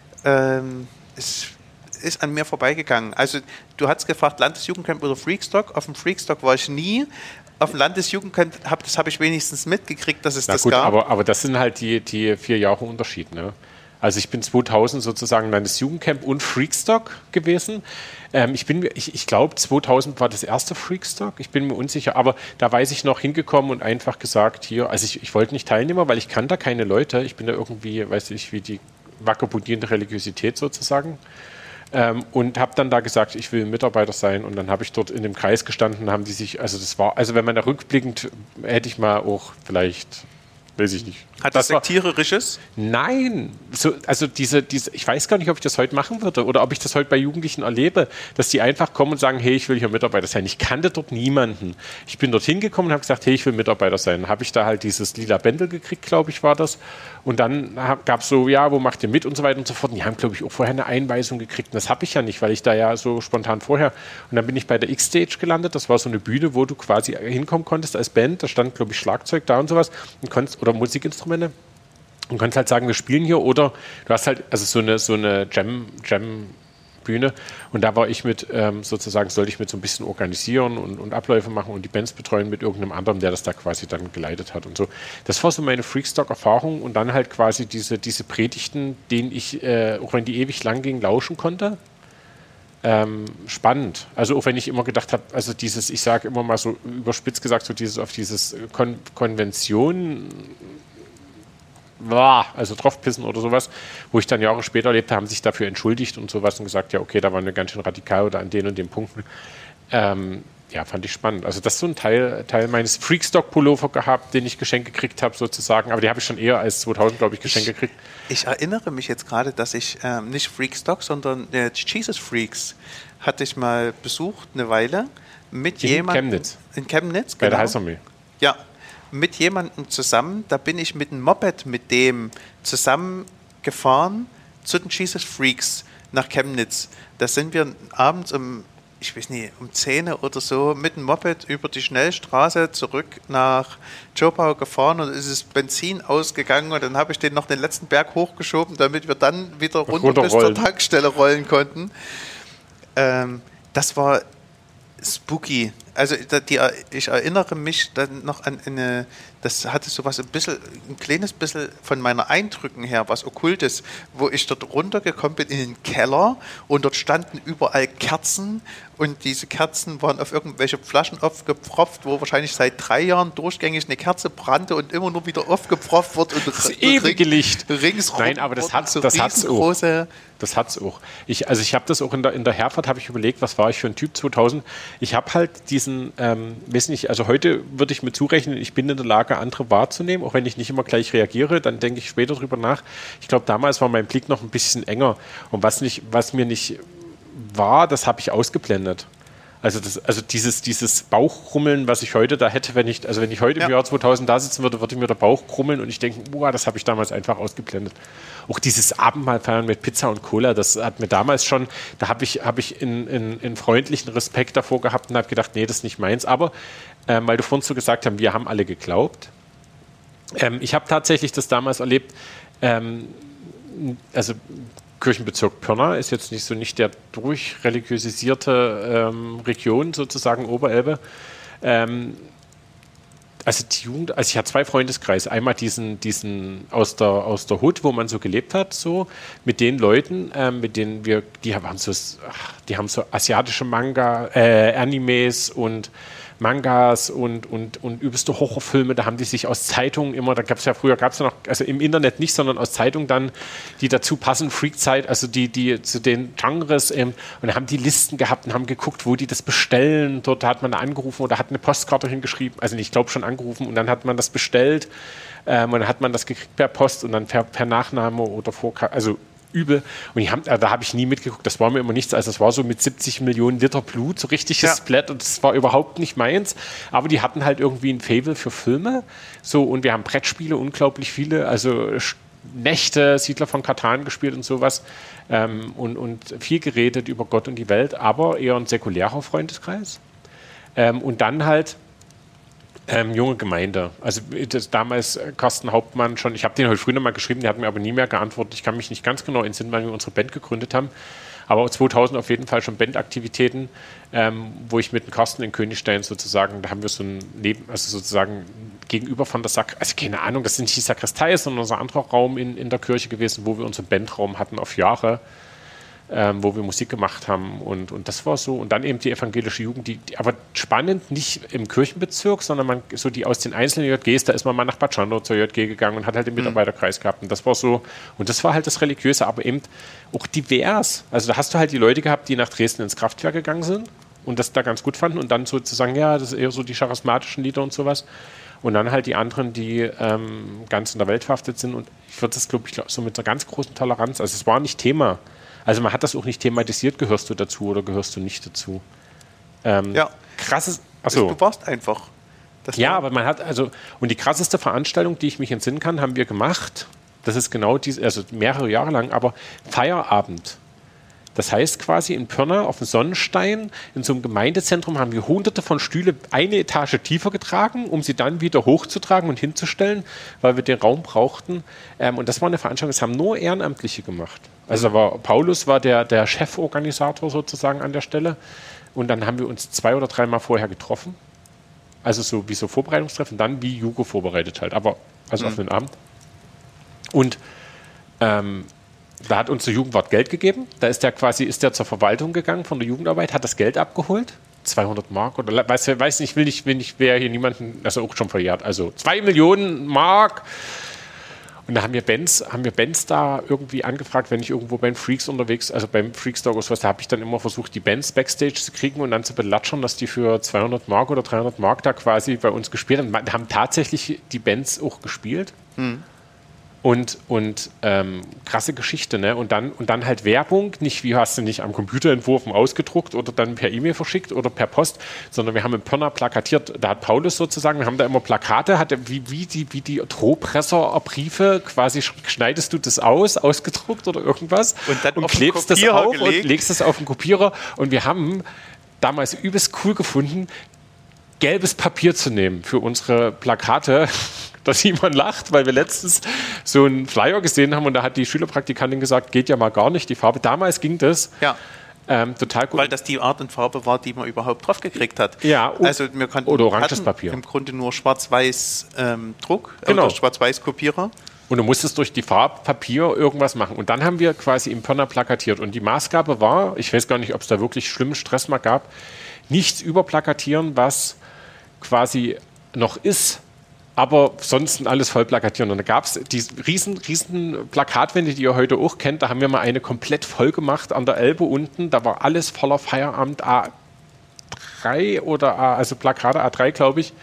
ist an mir vorbeigegangen. Also du hast gefragt, Landesjugendcamp oder Freakstock. Auf dem Freakstock war ich nie. Auf dem Landesjugendcamp habe ich wenigstens mitgekriegt, dass es das gab. Aber das sind halt die 4 Jahre Unterschied. Ne? Also ich bin 2000 sozusagen Landesjugendcamp und Freakstock gewesen. Ich glaube, 2000 war das erste Freakstock. Ich bin mir unsicher, aber da weiß ich noch hingekommen und einfach gesagt, hier, also ich wollte nicht Teilnehmer, weil ich kann da keine Leute. Ich bin da irgendwie, weiß ich, wie die vagabundierende Religiosität sozusagen. Und habe dann da gesagt, ich will Mitarbeiter sein, und dann habe ich dort in dem Kreis gestanden, haben die sich, also wenn man da rückblickend, hätte ich mal auch vielleicht weiß ich nicht. Hat das Sektiererisches? Nein. Also diese, ich weiß gar nicht, ob ich das heute machen würde oder ob ich das heute bei Jugendlichen erlebe, dass die einfach kommen und sagen, hey, ich will hier Mitarbeiter sein. Ich kannte dort niemanden. Ich bin dorthin gekommen und habe gesagt, hey, ich will Mitarbeiter sein. Dann habe ich da halt dieses lila Bändel gekriegt, glaube ich, war das. Und dann gab es so, ja, wo macht ihr mit und so weiter und so fort. Und die haben, glaube ich, auch vorher eine Einweisung gekriegt. Und das habe ich ja nicht, weil ich da ja so spontan vorher. Und dann bin ich bei der X-Stage gelandet. Das war so eine Bühne, wo du quasi hinkommen konntest als Band. Da stand, glaube ich, Schlagzeug da und sowas. Und oder Musikinstrumente. Und konntest halt sagen, wir spielen hier. Oder du hast halt, also so eine Jam-Bühne. Und da war ich mit, sozusagen, sollte ich mit so ein bisschen organisieren und Abläufe machen und die Bands betreuen mit irgendeinem anderen, der das da quasi dann geleitet hat und so. Das war so meine Freakstock-Erfahrung und dann halt quasi diese Predigten, denen ich, auch wenn die ewig lang gingen, lauschen konnte. Spannend. Also auch wenn ich immer gedacht habe, also dieses, ich sage immer mal so überspitzt gesagt, so dieses auf dieses Konvention, also draufpissen oder sowas, wo ich dann Jahre später erlebt habe, haben sich dafür entschuldigt und sowas und gesagt, ja okay, da waren wir ganz schön radikal oder an den und den Punkten. Ja, fand ich spannend. Also das ist so ein Teil meines Freakstock-Pullover gehabt, den ich geschenkt gekriegt habe sozusagen, aber die habe ich schon eher als 2000, glaube ich, geschenkt gekriegt. Ich erinnere mich jetzt gerade, dass ich nicht Freakstock, sondern Jesus Freaks hatte ich mal besucht, eine Weile, mit jemandem. Chemnitz. In Chemnitz, genau. Bei der Heißarmee. Ja, mit jemandem zusammen, da bin ich mit einem Moped mit dem zusammengefahren zu den Jesus Freaks nach Chemnitz. Da sind wir abends ich weiß nicht, um 10 oder so mit dem Moped über die Schnellstraße zurück nach Zschopau gefahren und es ist Benzin ausgegangen und dann habe ich den noch den letzten Berg hochgeschoben, damit wir dann wieder runter bis zur Tankstelle rollen konnten. Das war spooky. Also ich erinnere mich dann noch an das hatte sowas ein kleines bisschen von meiner Eindrücken her, was Okkultes, wo ich dort runtergekommen bin in den Keller und dort standen überall Kerzen und diese Kerzen waren auf irgendwelche Flaschen aufgepfropft, wo wahrscheinlich seit 3 Jahren durchgängig eine Kerze brannte und immer nur wieder aufgepfropft wird und das ewige Licht. Ringsrum. Nein, aber das hat's auch. Das hat's auch. Ich habe das auch in der Herfahrt, habe ich überlegt, was war ich für ein Typ 2000. Ich habe halt diesen, weiß nicht, also heute würde ich mir zurechnen, ich bin in der Lage, andere wahrzunehmen, auch wenn ich nicht immer gleich reagiere, dann denke ich später drüber nach. Ich glaube, damals war mein Blick noch ein bisschen enger und was mir nicht war, das habe ich ausgeblendet. Also dieses Bauchrummeln, was ich heute da hätte, wenn ich heute im Jahr 2000 da sitzen würde, würde mir der Bauch krummeln und ich denke, das habe ich damals einfach ausgeblendet. Auch dieses Abendmahlfeiern mit Pizza und Cola, das hat mir damals schon, da habe ich in freundlichen Respekt davor gehabt und habe gedacht, nee, das ist nicht meins. Aber, weil du vorhin so gesagt hast, wir haben alle geglaubt. Ich habe tatsächlich das damals erlebt, also Kirchenbezirk Pirna ist jetzt nicht der durchreligiosisierte Region, sozusagen Oberelbe. Also die Jugend, ich hatte 2 Freundeskreise. Einmal diesen aus der Hood, wo man so gelebt hat, so mit den Leuten, mit denen die haben so asiatische Animes und Mangas und übelste Horrorfilme, da haben die sich aus Zeitungen immer, da gab es ja noch, also im Internet nicht, sondern aus Zeitungen dann, die dazu passen, Freakzeit, also die zu den Genres, und da haben die Listen gehabt und haben geguckt, wo die das bestellen, dort hat man da angerufen oder hat eine Postkarte hingeschrieben, also ich glaube schon angerufen und dann hat man das bestellt und dann hat man das gekriegt per Post und dann per Nachname oder also übel. Und da habe ich nie mitgeguckt, das war mir immer nichts. Also es war so mit 70 Millionen Liter Blut, so richtiges Splatt und das war überhaupt nicht meins. Aber die hatten halt irgendwie ein Faible für Filme. So, und wir haben Brettspiele, unglaublich viele, also Nächte, Siedler von Catan gespielt und sowas. Und viel geredet über Gott und die Welt, aber eher ein säkulärer Freundeskreis. Und dann halt junge Gemeinde. Also damals Carsten Hauptmann schon, ich habe den heute früher mal geschrieben, der hat mir aber nie mehr geantwortet. Ich kann mich nicht ganz genau entsinnen, weil wir unsere Band gegründet haben. Aber 2000 auf jeden Fall schon Bandaktivitäten, wo ich mit dem Carsten in Königstein sozusagen, da haben wir so ein also sozusagen gegenüber von der also keine Ahnung, das ist nicht die Sakristei, sondern unser anderer Raum in der Kirche gewesen, wo wir unseren Bandraum hatten auf Jahre. Wo wir Musik gemacht haben und das war so. Und dann eben die evangelische Jugend, die aber spannend, nicht im Kirchenbezirk, sondern die aus den einzelnen JGs, da ist man mal nach Bad Schandau zur JG gegangen und hat halt den Mitarbeiterkreis gehabt. Und das war so, und das war halt das Religiöse, aber eben auch divers. Also da hast du halt die Leute gehabt, die nach Dresden ins Kraftwerk gegangen sind und das da ganz gut fanden und dann sozusagen, ja, das ist eher so die charismatischen Lieder und sowas. Und dann halt die anderen, die ganz in der Welt verhaftet sind. Und ich würde das, glaube ich, so mit einer ganz großen Toleranz, also es war nicht Thema. Also man hat das auch nicht thematisiert, gehörst du dazu oder gehörst du nicht dazu. Krasses. Achso. Du warst einfach. Ja, aber man hat, also, und die krasseste Veranstaltung, die ich mich entsinnen kann, haben wir gemacht. Das ist genau diese, also mehrere Jahre lang, aber Feierabend. Das heißt quasi in Pirna auf dem Sonnenstein, in so einem Gemeindezentrum haben wir hunderte von Stühle eine Etage tiefer getragen, um sie dann wieder hochzutragen und hinzustellen, weil wir den Raum brauchten. Und das war eine Veranstaltung, das haben nur Ehrenamtliche gemacht. Also Paulus war der Cheforganisator sozusagen an der Stelle. Und dann haben wir uns 2 oder 3 Mal vorher getroffen. Also so wie so Vorbereitungstreffen, dann wie Jugo vorbereitet halt, aber also auf den Abend. Und da hat uns der Jugendwart Geld gegeben. Da ist der zur Verwaltung gegangen von der Jugendarbeit, hat das Geld abgeholt. 200 Mark oder weiß nicht, will nicht, wer hier niemanden, also auch schon verjährt. Also 2 Millionen Mark. Und da haben wir Bands da irgendwie angefragt, wenn ich irgendwo beim Freaks unterwegs, also beim Freakstock oder sowas, da habe ich dann immer versucht, die Bands Backstage zu kriegen und dann zu belatschern, dass die für 200 Mark oder 300 Mark da quasi bei uns gespielt haben. Da haben tatsächlich die Bands auch gespielt. Und krasse Geschichte, ne? Und dann halt Werbung, nicht wie hast du nicht am Computer entworfen, ausgedruckt oder dann per E-Mail verschickt oder per Post, sondern wir haben in Pirna plakatiert, da hat Paulus sozusagen, wir haben da immer Plakate, wie die Drohpresserbriefe, quasi schneidest du das ausgedruckt oder irgendwas und klebst das auf und legst es auf den Kopierer und wir haben damals übelst cool gefunden, gelbes Papier zu nehmen für unsere Plakate, dass jemand lacht, weil wir letztens so einen Flyer gesehen haben und da hat die Schülerpraktikantin gesagt, geht ja mal gar nicht, die Farbe. Damals ging das. Ja. Total gut. Weil das die Art und Farbe war, die man überhaupt drauf gekriegt hat. Ja, also oder oranges Papier. Im Grunde nur schwarz-weiß Druck, genau. Oder schwarz-weiß Kopierer. Und du musstest durch die Farbpapier irgendwas machen. Und dann haben wir quasi im Pirna plakatiert. Und die Maßgabe war, ich weiß gar nicht, ob es da wirklich schlimmen Stress mal gab, nichts überplakatieren, was quasi noch ist, aber sonst alles voll plakatieren. Und da gab es die riesen Plakatwände, die ihr heute auch kennt. Da haben wir mal eine komplett voll gemacht an der Elbe unten. Da war alles voller Feierabend A3 oder also Plakate A3, glaube ich.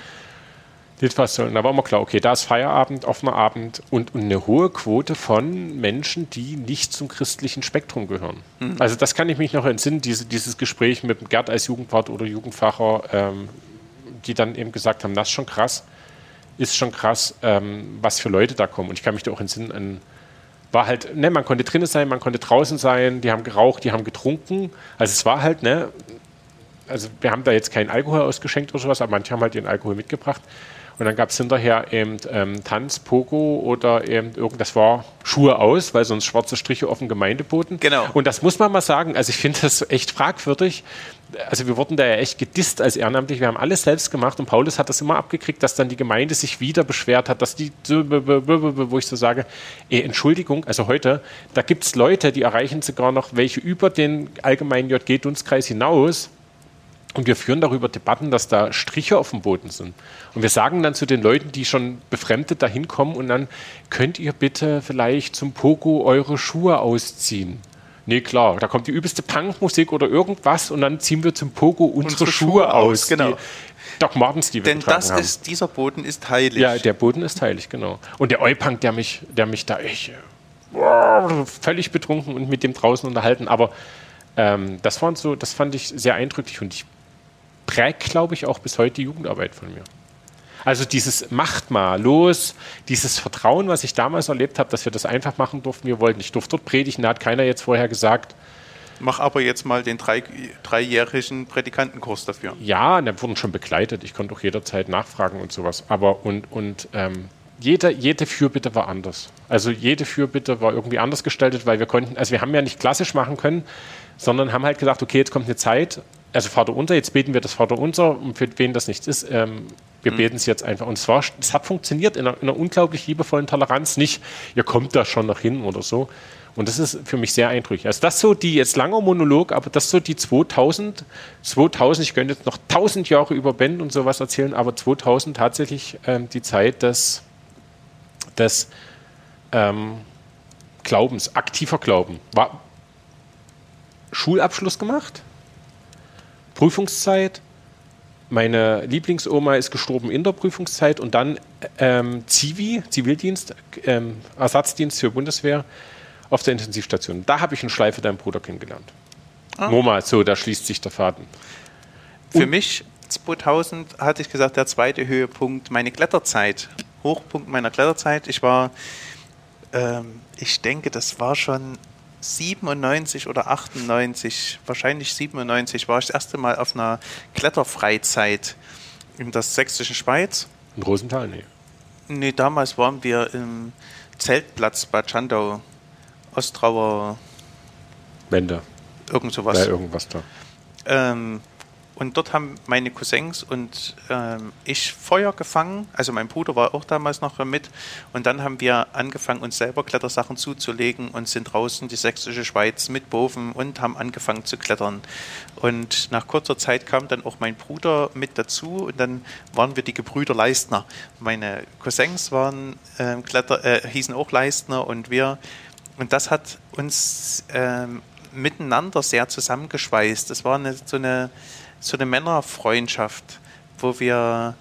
Da war immer klar, okay, da ist Feierabend, offener Abend und eine hohe Quote von Menschen, die nicht zum christlichen Spektrum gehören. Also das kann ich mich noch entsinnen, dieses Gespräch mit Gerd als Jugendwart oder Jugendfacher, die dann eben gesagt haben, das ist schon krass, was für Leute da kommen. Und ich kann mich da auch entsinnen war halt, ne, man konnte drinnen sein, man konnte draußen sein, die haben geraucht, die haben getrunken. Also es war halt, ne, also wir haben da jetzt keinen Alkohol ausgeschenkt oder sowas, aber manche haben halt ihren Alkohol mitgebracht. Und dann gab es hinterher eben Tanz, Pogo oder eben das war Schuhe aus, weil sonst schwarze Striche auf dem Gemeindeboden. Genau. Und das muss man mal sagen, also ich finde das echt fragwürdig. Also wir wurden da ja echt gedisst als ehrenamtlich. Wir haben alles selbst gemacht und Paulus hat das immer abgekriegt, dass dann die Gemeinde sich wieder beschwert hat, dass die, wo ich so sage, Entschuldigung, also heute, da gibt es Leute, die erreichen sogar noch welche über den allgemeinen JG-Dunstkreis hinaus. Und wir führen darüber Debatten, dass da Striche auf dem Boden sind. Und wir sagen dann zu den Leuten, die schon befremdet da hinkommen, und dann könnt ihr bitte vielleicht zum Pogo eure Schuhe ausziehen. Nee, klar, da kommt die übelste Punkmusik oder irgendwas und dann ziehen wir zum Pogo unsere Schuhe aus. Genau. Doc Martens, die wir getragen haben. Dieser Boden ist heilig. Ja, der Boden ist heilig, genau. Und der Eupunk, der mich da echt völlig betrunken und mit dem draußen unterhalten. Aber das fand ich sehr eindrücklich und ich prägt, glaube ich, auch bis heute die Jugendarbeit von mir. Also dieses macht mal, los, dieses Vertrauen, was ich damals erlebt habe, dass wir das einfach machen durften, wir wollten. Ich durfte dort predigen, da hat keiner jetzt vorher gesagt. Mach aber jetzt mal den dreijährigen Prädikantenkurs dafür. Ja, und da wurden schon begleitet, ich konnte auch jederzeit nachfragen und sowas. Aber jede Fürbitte war anders. Also jede Fürbitte war irgendwie anders gestaltet, weil wir haben ja nicht klassisch machen können, sondern haben halt gesagt, okay, jetzt kommt eine Zeit, also Vaterunser, jetzt beten wir das Vaterunser und für wen das nichts ist, wir beten es jetzt einfach. Und es hat funktioniert in einer unglaublich liebevollen Toleranz, nicht, ihr kommt da schon noch hin oder so. Und das ist für mich sehr eindrücklich. Also das so die, jetzt langer Monolog, aber das so die 2000, ich könnte jetzt noch 1000 Jahre über Band und sowas erzählen, aber 2000 tatsächlich die Zeit des Glaubens, aktiver Glauben. War Schulabschluss gemacht, Prüfungszeit, meine Lieblingsoma ist gestorben in der Prüfungszeit und dann Zivildienst, Ersatzdienst für Bundeswehr auf der Intensivstation. Da habe ich einen Schleifer deinen Bruder kennengelernt. Nur mal so, da schließt sich der Faden. Für mich 2000 hatte ich gesagt, der zweite Höhepunkt, meine Kletterzeit, Hochpunkt meiner Kletterzeit. Ich war, ich denke, das war schon 97 oder 98, wahrscheinlich 97, war ich das erste Mal auf einer Kletterfreizeit in der sächsischen Schweiz. In Rosenthal, nee. Nee, damals waren wir im Zeltplatz Bad Schandau, Ostrauer Wende. Irgend sowas. Ja, irgendwas da. Und dort haben meine Cousins und ich Feuer gefangen. Also mein Bruder war auch damals noch mit. Und dann haben wir angefangen, uns selber Klettersachen zuzulegen und sind draußen in die sächsische Schweiz mit Boven und haben angefangen zu klettern. Und nach kurzer Zeit kam dann auch mein Bruder mit dazu und dann waren wir die Gebrüder Leistner. Meine Cousins waren hießen auch Leistner und wir. Und das hat uns miteinander sehr zusammengeschweißt. Es war so eine Männerfreundschaft, wo wir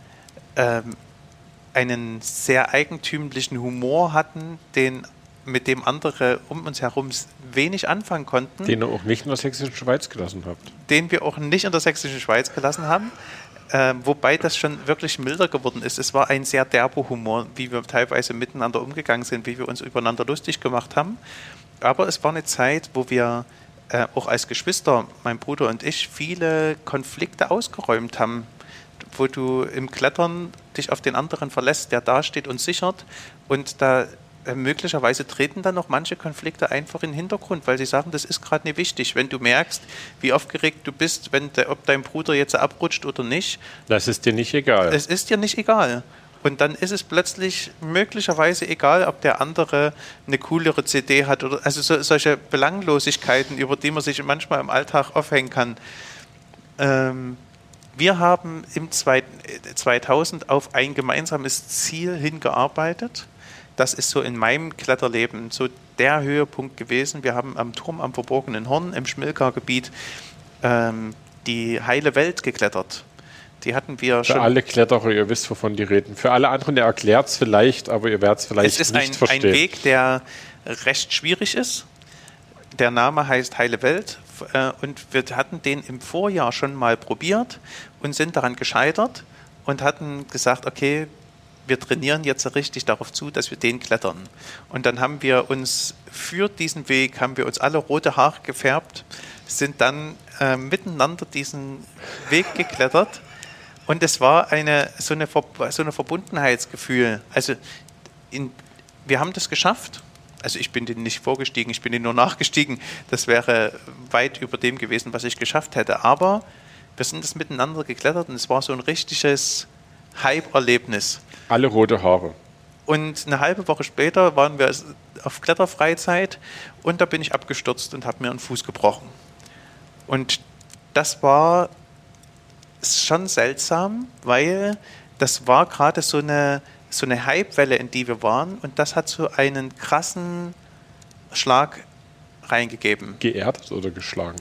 einen sehr eigentümlichen Humor hatten, mit dem andere um uns herum wenig anfangen konnten. Den ihr auch nicht in der sächsischen Schweiz gelassen habt. Den wir auch nicht in der sächsischen Schweiz gelassen haben. Wobei das schon wirklich milder geworden ist. Es war ein sehr derber Humor, wie wir teilweise miteinander umgegangen sind, wie wir uns übereinander lustig gemacht haben. Aber es war eine Zeit, wo wir auch als Geschwister, mein Bruder und ich, viele Konflikte ausgeräumt haben, wo du im Klettern dich auf den anderen verlässt, der da steht und sichert. Und da möglicherweise treten dann noch manche Konflikte einfach in den Hintergrund, weil sie sagen, das ist gerade nicht wichtig. Wenn du merkst, wie aufgeregt du bist, ob dein Bruder jetzt abrutscht oder nicht. Das ist dir nicht egal. Es ist dir nicht egal. Und dann ist es plötzlich möglicherweise egal, ob der andere eine coolere CD hat oder also solche Belanglosigkeiten, über die man sich manchmal im Alltag aufhängen kann. Wir haben im 2000 auf ein gemeinsames Ziel hingearbeitet. Das ist so in meinem Kletterleben so der Höhepunkt gewesen. Wir haben am Turm am Verborgenen Horn im Schmilka-Gebiet die heile Welt geklettert. Die hatten wir schon. Für alle Kletterer, ihr wisst, wovon die reden. Für alle anderen, ihr erklärt es vielleicht, aber ihr werdet es vielleicht nicht verstehen. Es ist ein Weg, der recht schwierig ist. Der Name heißt Heile Welt und wir hatten den im Vorjahr schon mal probiert und sind daran gescheitert und hatten gesagt, okay, wir trainieren jetzt richtig darauf zu, dass wir den klettern. Und dann haben wir uns für diesen Weg, haben wir uns alle rote Haare gefärbt, sind dann miteinander diesen Weg geklettert. Und es war so eine Verbundenheitsgefühl. Also wir haben das geschafft. Also ich bin den nicht vorgestiegen, ich bin den nur nachgestiegen. Das wäre weit über dem gewesen, was ich geschafft hätte. Aber wir sind es miteinander geklettert und es war so ein richtiges Hype-Erlebnis. Alle rote Haare. Und eine halbe Woche später waren wir auf Kletterfreizeit und da bin ich abgestürzt und habe mir einen Fuß gebrochen. Und das war schon seltsam, weil das war gerade so eine Hypewelle, in die wir waren und das hat so einen krassen Schlag reingegeben. Geerdet oder geschlagen?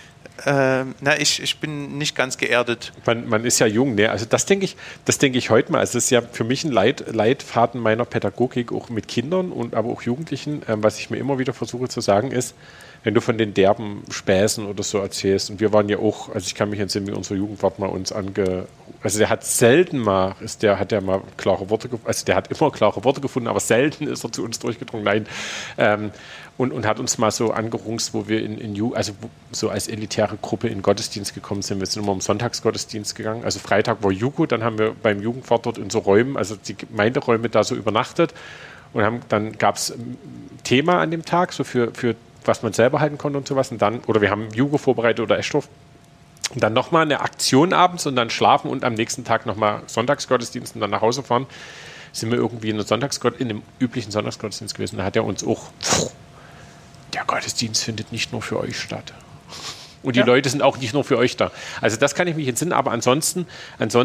Ich bin nicht ganz geerdet. Man ist ja jung, ne? Also das denke ich heute mal. Also es ist ja für mich ein Leitfaden meiner Pädagogik, auch mit Kindern und aber auch Jugendlichen. Was ich mir immer wieder versuche zu sagen ist, wenn du von den derben Späßen oder so erzählst, und wir waren ja auch, also ich kann mich entsinnen, wie unsere Jugendwart mal uns also der hat selten mal, hat der mal klare Worte gefunden, also der hat immer klare Worte gefunden, aber selten ist er zu uns durchgedrungen, nein. Und hat uns mal so angerungst, wo wir also so als elitäre Gruppe in Gottesdienst gekommen sind. Wir sind immer im Sonntagsgottesdienst gegangen. Also Freitag war Juko, dann haben wir beim Jugendwart dort in so Räumen, also die Gemeinderäume da so übernachtet und dann gab es ein Thema an dem Tag, so für was man selber halten konnte und sowas. Und dann, oder wir haben Jugo vorbereitet oder Eschdorf. Und dann nochmal eine Aktion abends und dann schlafen und am nächsten Tag nochmal Sonntagsgottesdienst und dann nach Hause fahren. Sind wir irgendwie in dem üblichen Sonntagsgottesdienst gewesen. Da hat er uns auch, der Gottesdienst findet nicht nur für euch statt. Und die Leute sind auch nicht nur für euch da. Also das kann ich mich entsinnen, aber ansonsten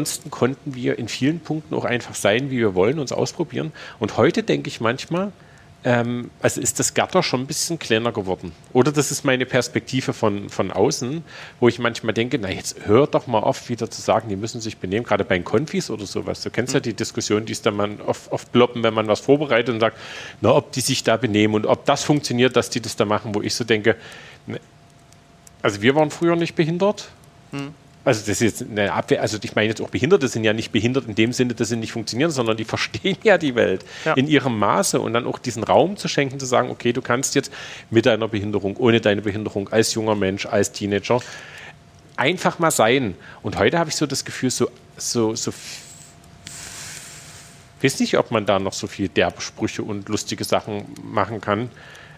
konnten wir in vielen Punkten auch einfach sein, wie wir wollen, uns ausprobieren. Und heute denke ich manchmal, also ist das Gatter schon ein bisschen kleiner geworden. Oder das ist meine Perspektive von außen, wo ich manchmal denke, na jetzt hört doch mal auf, wieder zu sagen, die müssen sich benehmen, gerade bei den Konfis oder sowas. Du kennst ja die Diskussion, die es dann man oft bloppen, wenn man was vorbereitet und sagt, na, ob die sich da benehmen und ob das funktioniert, dass die das da machen, wo ich so denke, ne, also wir waren früher nicht behindert. Also das ist jetzt eine Abwehr, also ich meine jetzt auch Behinderte sind ja nicht behindert in dem Sinne, dass sie nicht funktionieren, sondern die verstehen ja die Welt in ihrem Maße und dann auch diesen Raum zu schenken, zu sagen, okay, du kannst jetzt mit deiner Behinderung, ohne deine Behinderung, als junger Mensch, als Teenager, einfach mal sein. Und heute habe ich so das Gefühl, ich weiß nicht, ob man da noch so viel derbe Sprüche und lustige Sachen machen kann.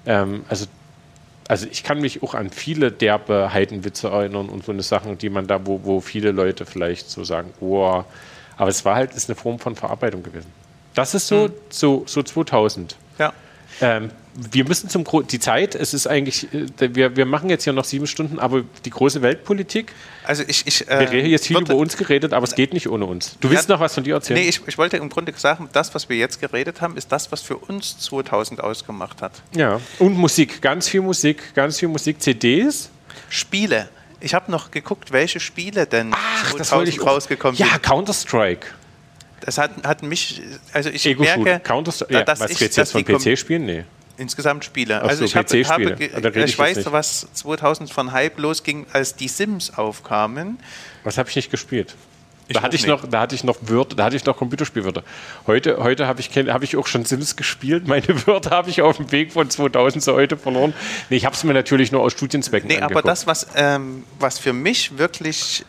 Also ich kann mich auch an viele derbe Heidenwitze erinnern und so eine Sachen, die man da, wo viele Leute vielleicht so sagen, oh, aber es war halt, ist eine Form von Verarbeitung gewesen. Das ist so 2000. Ja. Wir müssen die Zeit, es ist eigentlich, wir machen jetzt ja noch 7 Stunden, aber die große Weltpolitik, also wir haben jetzt viel über uns geredet, aber es geht nicht ohne uns. Du willst noch was von dir erzählen? Nee, ich wollte im Grunde sagen, das, was wir jetzt geredet haben, ist das, was für uns 2000 ausgemacht hat. Ja, und Musik, ganz viel Musik, CDs. Spiele. Ich habe noch geguckt, welche Spiele denn 2000 rausgekommen sind. Ja, Counter-Strike. Das hat mich, also ich Ego-Shoot. merke, was redest du jetzt von PC-Spielen? Nee. Insgesamt Spiele. Also ich weiß, was 2000 von Hype losging, als die Sims aufkamen. Was habe ich nicht gespielt? Da hatte ich noch Computerspielwörter. Heute habe ich auch schon Sims gespielt. Meine Wörter habe ich auf dem Weg von 2000 zu heute verloren. Nee, ich habe es mir natürlich nur aus Studienzwecken angeguckt. Aber das, was für mich wirklich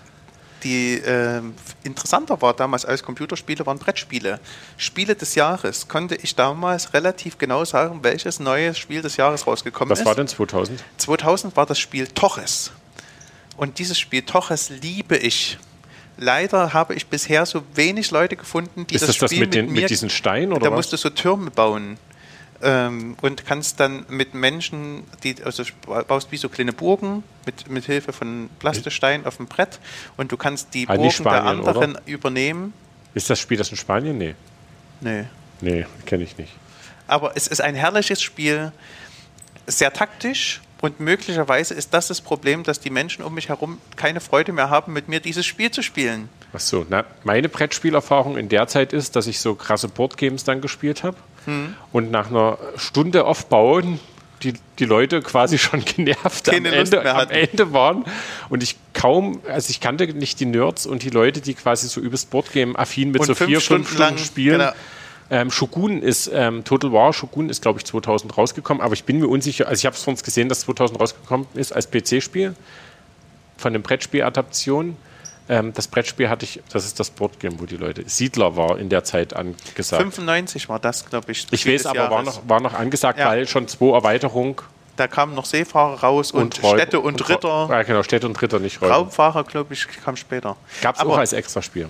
interessanter war damals als Computerspiele, waren Brettspiele. Spiele des Jahres konnte ich damals relativ genau sagen, welches neue Spiel des Jahres rausgekommen ist. Was war denn 2000? 2000 war das Spiel Torres. Und dieses Spiel Torres liebe ich. Leider habe ich bisher so wenig Leute gefunden, die das Spiel mit diesen Steinen oder da musst du so Türme bauen. Und kannst dann mit Menschen, baust wie so kleine Burgen mit Hilfe von Plastiksteinen auf dem Brett und du kannst die Burgen Spanien, der anderen oder? Übernehmen. Ist das Spiel das in Spanien? Nee. Nee, kenne ich nicht. Aber es ist ein herrliches Spiel, sehr taktisch und möglicherweise ist das Problem, dass die Menschen um mich herum keine Freude mehr haben, mit mir dieses Spiel zu spielen. Ach so, meine Brettspielerfahrung in der Zeit ist, dass ich so krasse Boardgames dann gespielt habe. Und nach einer Stunde Aufbauen die Leute quasi schon genervt am Ende waren. Und ich kannte nicht die Nerds und die Leute, die quasi so übelst Boardgame-affin mit und so 4-5 Stunden spielen. Genau. Shogun ist, Total War Shogun ist, glaube ich, 2000 rausgekommen, aber ich bin mir unsicher, also ich habe es sonst gesehen, dass 2000 rausgekommen ist als PC-Spiel von den Brettspiel-Adaptionen. Das Brettspiel das ist das Boardgame, wo die Leute, Siedler war in der Zeit angesagt. 95 war das, glaube ich. Ich weiß, aber war noch angesagt, weil schon 2 Erweiterungen. Da kamen noch Seefahrer raus und Städte und Ritter. Ja, genau, Städte und Ritter, nicht Räuber. Raumfahrer, glaube ich, kam später. Gab es auch als Extraspiel.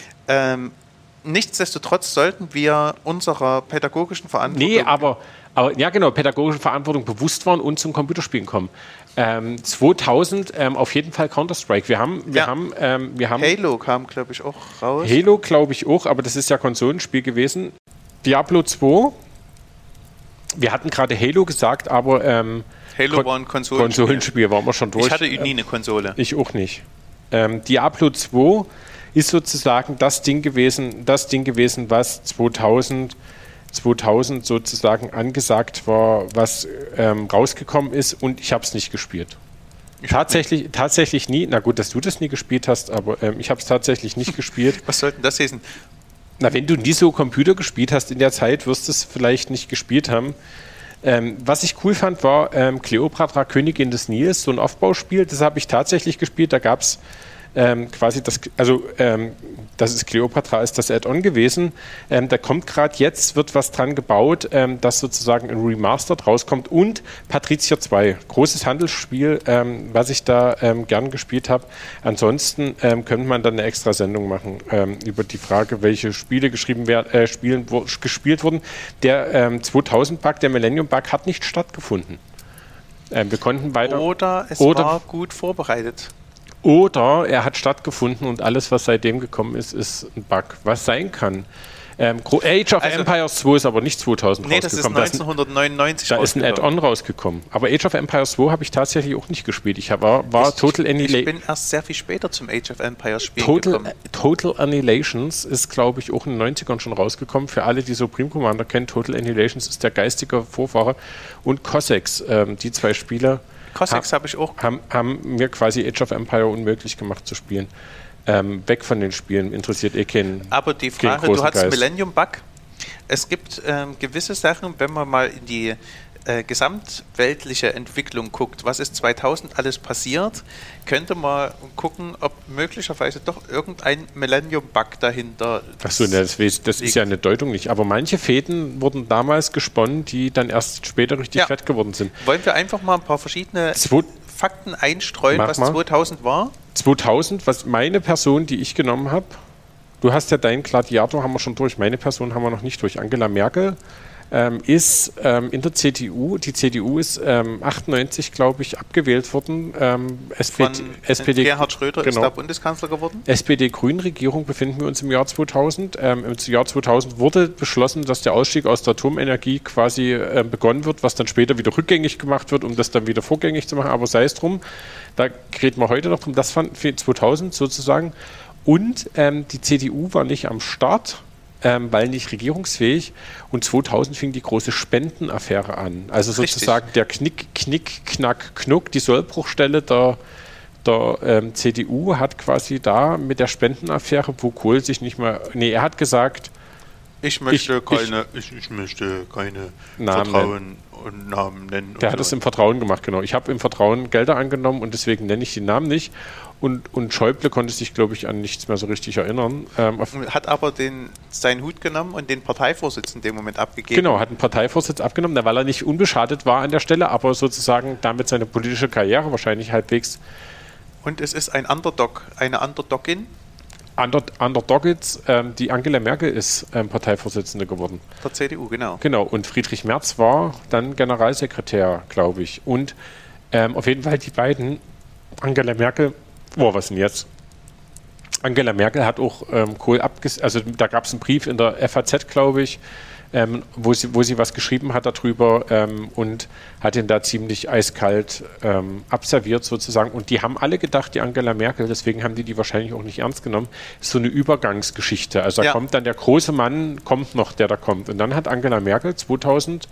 Nichtsdestotrotz sollten wir unserer pädagogischen Verantwortung... Nee, aber ja genau, pädagogische Verantwortung bewusst waren und zum Computerspielen kommen. 2000 auf jeden Fall Counter-Strike. Wir haben Halo kam, glaube ich, auch raus. Halo, glaube ich, auch, aber das ist ja Konsolenspiel gewesen. Diablo 2. Wir hatten gerade Halo gesagt, aber Halo war ein Konsolenspiel, waren wir schon durch. Ich hatte nie eine Konsole. Ich auch nicht. Diablo 2 ist sozusagen das Ding gewesen, was 2000 sozusagen angesagt war, was rausgekommen ist und ich habe es nicht gespielt. Tatsächlich nie. Na gut, dass du das nie gespielt hast, aber ich habe es tatsächlich nicht gespielt. Was sollten das heißen? Na, wenn du nie so Computer gespielt hast in der Zeit, wirst du es vielleicht nicht gespielt haben. Was ich cool fand, war Kleopatra, Königin des Nils, so ein Aufbauspiel. Das habe ich tatsächlich gespielt. Da gab es quasi das ist Kleopatra, ist das Add-on gewesen. Da kommt gerade jetzt, wird was dran gebaut, das sozusagen ein Remastered rauskommt und Patrizia 2, großes Handelsspiel, was ich da gern gespielt habe. Ansonsten könnte man dann eine extra Sendung machen über die Frage, welche Spiele gespielt wurden. Der 2000-Bug, der Millennium-Bug hat nicht stattgefunden. Wir konnten weiter... Oder war gut vorbereitet. Oder er hat stattgefunden und alles, was seitdem gekommen ist, ist ein Bug, was sein kann. Age of Empires 2 ist aber nicht 2000 nee, rausgekommen. Nee, das ist 1999 Da ist ein Add-on rausgekommen. Aber Age of Empires 2 habe ich tatsächlich auch nicht gespielt. Ich bin erst sehr viel später zum Age of Empires spielen gekommen. Total Annihilations ist, glaube ich, auch in den 90ern schon rausgekommen. Für alle, die Supreme Commander kennen, Total Annihilations ist der geistige Vorfahre. Und Cossacks, die zwei Spiele habe ich auch. Haben mir quasi Age of Empire unmöglich gemacht zu spielen. Weg von den Spielen, interessiert keinen. Aber die Frage, du hast Millennium Bug. Es gibt gewisse Sachen, wenn man mal in die gesamtweltliche Entwicklung guckt, was ist 2000 alles passiert, könnte man gucken, ob möglicherweise doch irgendein Millennium Bug dahinter Achso, das ist ja eine Deutung nicht. Aber manche Fäden wurden damals gesponnen, die dann erst später richtig fett geworden sind. Wollen wir einfach mal ein paar verschiedene Fakten einstreuen, was 2000 war? 2000, was meine Person, die ich genommen habe, du hast ja deinen Gladiator, haben wir schon durch, meine Person haben wir noch nicht durch. Angela Merkel ist in der CDU, die CDU ist 98, glaube ich, abgewählt worden. SPD, Gerhard Schröder ist da Bundeskanzler geworden. SPD-Grün-Regierung befinden wir uns im Jahr 2000. Im Jahr 2000 wurde beschlossen, dass der Ausstieg aus der Atomenergie quasi begonnen wird, was dann später wieder rückgängig gemacht wird, um das dann wieder vorgängig zu machen. Aber sei es drum, da reden wir heute noch drum. Das fand für 2000 sozusagen. Und die CDU war nicht am Start, weil nicht regierungsfähig. Und 2000 fing die große Spendenaffäre an. Also sozusagen der Knick-Knack-Knuck, die Sollbruchstelle der CDU hat quasi da mit der Spendenaffäre, wo Kohl sich nicht mehr... Nee, er hat gesagt... Ich möchte keine Namen nennen. Der hat es im Vertrauen gemacht, genau. Ich habe im Vertrauen Gelder angenommen und deswegen nenne ich die Namen nicht. Und Schäuble konnte sich, glaube ich, an nichts mehr so richtig erinnern. Hat aber seinen Hut genommen und den Parteivorsitz in dem Moment abgegeben. Genau, hat einen Parteivorsitz abgenommen, weil er nicht unbeschadet war an der Stelle, aber sozusagen damit seine politische Karriere wahrscheinlich halbwegs... Und es ist ein Underdog, eine Underdogin? Underdogits, die Angela Merkel ist Parteivorsitzende geworden. Der CDU, genau. Genau, und Friedrich Merz war dann Generalsekretär, glaube ich. Und auf jeden Fall die beiden, Angela Merkel, was denn jetzt? Angela Merkel hat auch Kohl also da gab es einen Brief in der FAZ, glaube ich, wo sie was geschrieben hat darüber und hat ihn da ziemlich eiskalt abserviert sozusagen. Und die haben alle gedacht, die Angela Merkel, deswegen haben die wahrscheinlich auch nicht ernst genommen, ist so eine Übergangsgeschichte. Also da kommt dann der große Mann, kommt noch, der da kommt. Und dann hat Angela Merkel 2006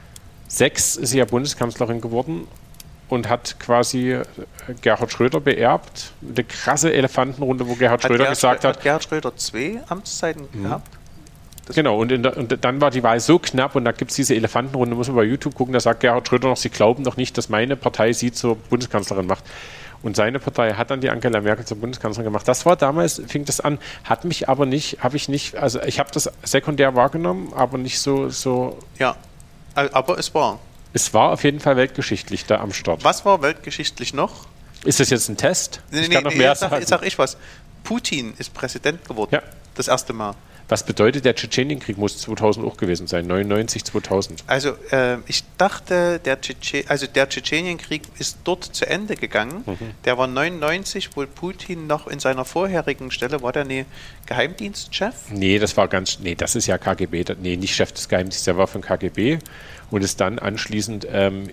ist sie ja Bundeskanzlerin geworden und hat quasi Gerhard Schröder beerbt. Eine krasse Elefantenrunde, wo Gerhard Schröder gesagt hat... Hat Gerhard Schröder 2 Amtszeiten gehabt? Genau, und dann war die Wahl so knapp und da gibt es diese Elefantenrunde, muss man bei YouTube gucken, da sagt Gerhard Schröder noch, sie glauben doch nicht, dass meine Partei sie zur Bundeskanzlerin macht. Und seine Partei hat dann die Angela Merkel zur Bundeskanzlerin gemacht. Das war damals, fing das an, hat mich aber nicht, also ich habe das sekundär wahrgenommen, aber nicht so... Ja, aber es war... Es war auf jeden Fall weltgeschichtlich da am Start. Was war weltgeschichtlich noch? Ist das jetzt ein Test? Sag ich was. Putin ist Präsident geworden. Ja. Das erste Mal. Was bedeutet, der Tschetschenienkrieg muss 2000 auch gewesen sein, 99, 2000. Also ich dachte, der Tschetschenienkrieg ist dort zu Ende gegangen. Der war 99, wo Putin noch in seiner vorherigen Stelle, war der Geheimdienstchef? Nee, das ist ja KGB, nicht Chef des Geheimdienstes, der war von KGB und ist dann anschließend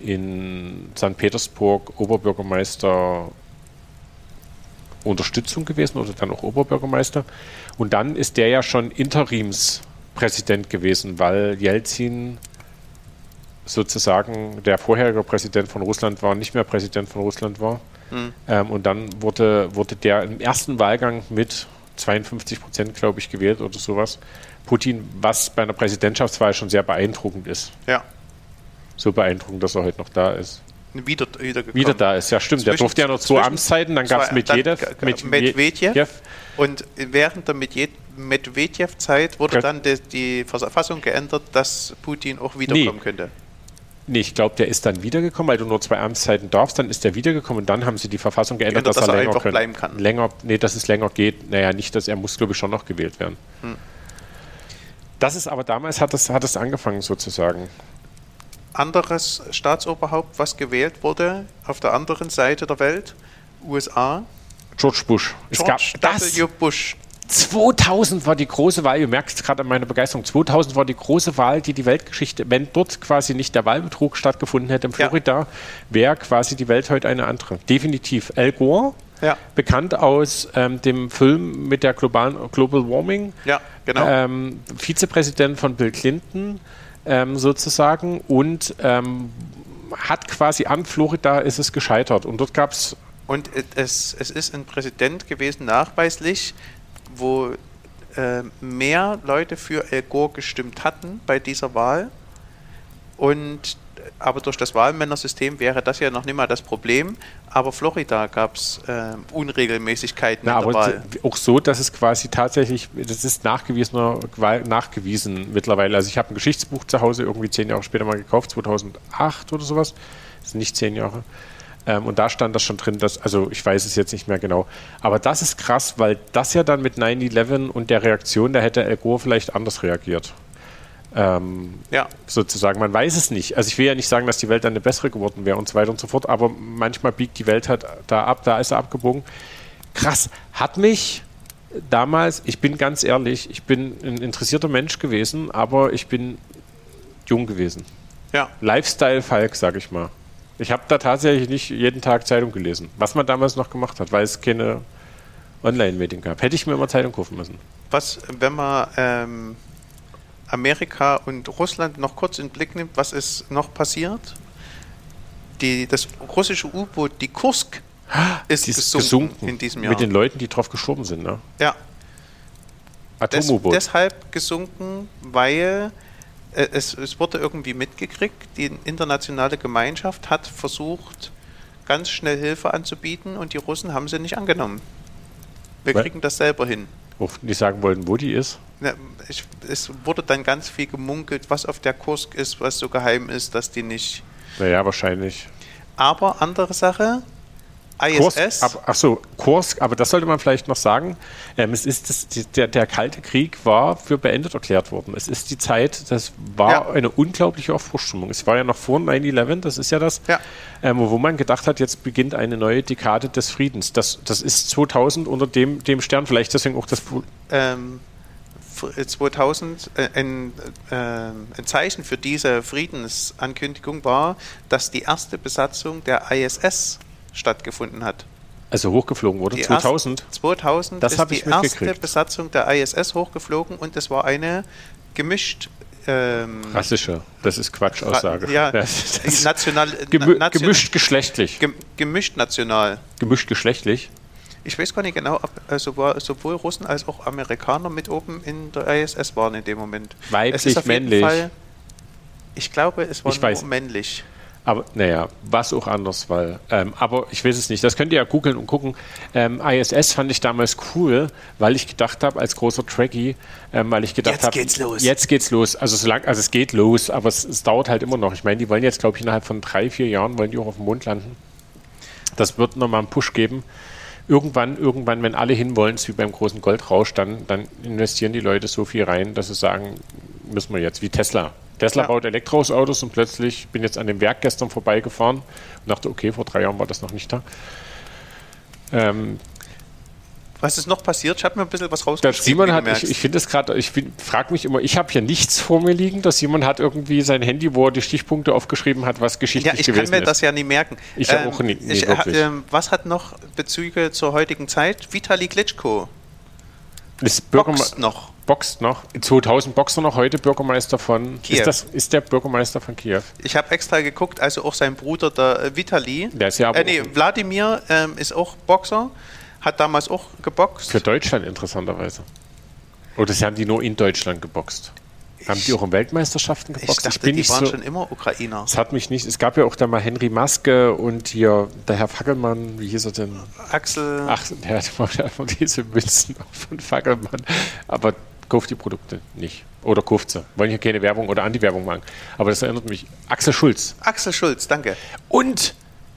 in St. Petersburg Oberbürgermeister Unterstützung gewesen oder dann auch Oberbürgermeister. Und dann ist der ja schon Interimspräsident gewesen, weil Jelzin sozusagen der vorherige Präsident von Russland war, nicht mehr Präsident von Russland war. Und dann wurde der im ersten Wahlgang mit 52%, glaube ich, gewählt oder sowas. Putin, was bei einer Präsidentschaftswahl schon sehr beeindruckend ist. Ja. So beeindruckend, dass er heute noch da ist. Wieder da ist, ja stimmt. Der durfte ja noch 2 Amtszeiten, dann gab es Medvedev. Und während der Medvedev-Zeit wurde dann die Verfassung geändert, dass Putin auch wiederkommen könnte. Nee, ich glaube, der ist dann wiedergekommen, weil du nur 2 Amtszeiten darfst, dann ist der wiedergekommen und dann haben sie die Verfassung geändert, dass er länger bleiben kann. Dass es länger geht. Naja, nicht, dass er muss, glaube ich, schon noch gewählt werden. Das ist aber damals hat es angefangen sozusagen. Anderes Staatsoberhaupt, was gewählt wurde, auf der anderen Seite der Welt, USA. George Bush. W. Bush. 2000 war die große Wahl, ihr merkt es gerade an meiner Begeisterung, 2000 war die große Wahl, die Weltgeschichte, wenn dort quasi nicht der Wahlbetrug stattgefunden hätte in Florida, wäre quasi die Welt heute eine andere. Definitiv. Al Gore, bekannt aus dem Film mit der Global Warming, genau. Vizepräsident von Bill Clinton sozusagen und hat quasi an Florida ist es gescheitert und dort gab es... Und es ist ein Präsident gewesen, nachweislich, wo mehr Leute für Al Gore gestimmt hatten bei dieser Wahl. Aber durch das Wahlmännersystem wäre das ja noch nicht mal das Problem. Aber Florida gab es Unregelmäßigkeiten in der Wahl. Auch so, dass es quasi tatsächlich, das ist nachgewiesen mittlerweile. Also ich habe ein Geschichtsbuch zu Hause irgendwie 10 Jahre später mal gekauft, 2008 oder sowas. Das sind nicht 10 Jahre. Und da stand das schon drin, also ich weiß es jetzt nicht mehr genau. Aber das ist krass, weil das ja dann mit 9/11 und der Reaktion, da hätte Al Gore vielleicht anders reagiert. Sozusagen, man weiß es nicht. Also ich will ja nicht sagen, dass die Welt dann eine bessere geworden wäre und so weiter und so fort, aber manchmal biegt die Welt halt da ab, da ist er abgebogen. Krass, hat mich damals, ich bin ganz ehrlich, ich bin ein interessierter Mensch gewesen, aber ich bin jung gewesen. Ja. Lifestyle-Falk, sag ich mal. Ich habe da tatsächlich nicht jeden Tag Zeitung gelesen, was man damals noch gemacht hat, weil es keine Online-Medien gab. Hätte ich mir immer Zeitung kaufen müssen. Was, wenn man Amerika und Russland noch kurz in den Blick nimmt, was ist noch passiert? Das russische U-Boot, die Kursk, ist gesunken in diesem Jahr. Mit den Leuten, die drauf gestorben sind, ne? Ja. Atom-U-Boot. Deshalb gesunken, weil es wurde irgendwie mitgekriegt, die internationale Gemeinschaft hat versucht, ganz schnell Hilfe anzubieten und die Russen haben sie nicht angenommen. Wir kriegen das selber hin. Wo die sagen wollten, wo die ist? Ja, es wurde dann ganz viel gemunkelt, was auf der Kursk ist, was so geheim ist, dass die nicht... Naja, wahrscheinlich. Aber andere Sache... ISS. Kursk, aber das sollte man vielleicht noch sagen. Es ist der Kalte Krieg war für beendet erklärt worden. Es ist die Zeit, das war eine unglaubliche Aufbruchsstimmung. Es war ja noch vor 9/11, das ist ja das, wo man gedacht hat, jetzt beginnt eine neue Dekade des Friedens. Das ist 2000 unter dem Stern, vielleicht deswegen auch das... 2000 ein Zeichen für diese Friedensankündigung war, dass die erste Besatzung der ISS stattgefunden hat. Also hochgeflogen wurde? 2000? 2000 das ist die erste Besatzung der ISS hochgeflogen und es war eine gemischt... rassische, das ist Quatsch-Aussage. Gemischt geschlechtlich. Gemischt national. Gemischt geschlechtlich? Ich weiß gar nicht genau, ob sowohl Russen als auch Amerikaner mit oben in der ISS waren in dem Moment. Weiblich, männlich? Ich glaube, es war nur männlich. Aber naja, was auch anders, weil, aber ich weiß es nicht, das könnt ihr ja googeln und gucken. ISS fand ich damals cool, weil ich gedacht habe, als großer Trekkie, jetzt geht's los. Also es geht los, aber es dauert halt immer noch. Ich meine, die wollen jetzt, glaube ich, innerhalb von 3-4 Jahren wollen die auch auf dem Mond landen. Das wird nochmal einen Push geben. Irgendwann, wenn alle hinwollen, wie beim großen Goldrausch, dann investieren die Leute so viel rein, dass sie sagen, müssen wir jetzt, wie Tesla. Tesla baut Elektroautos und plötzlich bin jetzt an dem Werk gestern vorbeigefahren und dachte, okay, vor 3 Jahren war das noch nicht da. Was ist noch passiert? Ich habe mir ein bisschen was rausgeschrieben. Ich finde es gerade, ich frage mich immer, ich habe hier nichts vor mir liegen, dass jemand hat irgendwie sein Handy, wo er die Stichpunkte aufgeschrieben hat, was geschichtlich gewesen ist. Ich kann mir das ja nie merken. Ich auch nicht wirklich. Was hat noch Bezüge zur heutigen Zeit? Vitali Klitschko. Boxt noch. 2000 Boxer noch, heute Bürgermeister von Kiew. Ist der Bürgermeister von Kiew? Ich habe extra geguckt, also auch sein Bruder, der Vitali. Der ist ja Wladimir ist auch Boxer, hat damals auch geboxt. Für Deutschland interessanterweise. Oder haben die nur in Deutschland geboxt? Haben die auch in Weltmeisterschaften geboxt? Ich dachte, die waren schon immer Ukrainer. Es hat mich nicht. Es gab ja auch da mal Henry Maske und hier der Herr Fackelmann, wie hieß er denn? Axel. Ach, der hat immer diese Münzen von Fackelmann. Aber kauft die Produkte nicht. Oder kauft sie. Wollen hier keine Werbung oder Anti-Werbung machen. Aber das erinnert mich. Axel Schulz. Axel Schulz, danke. Und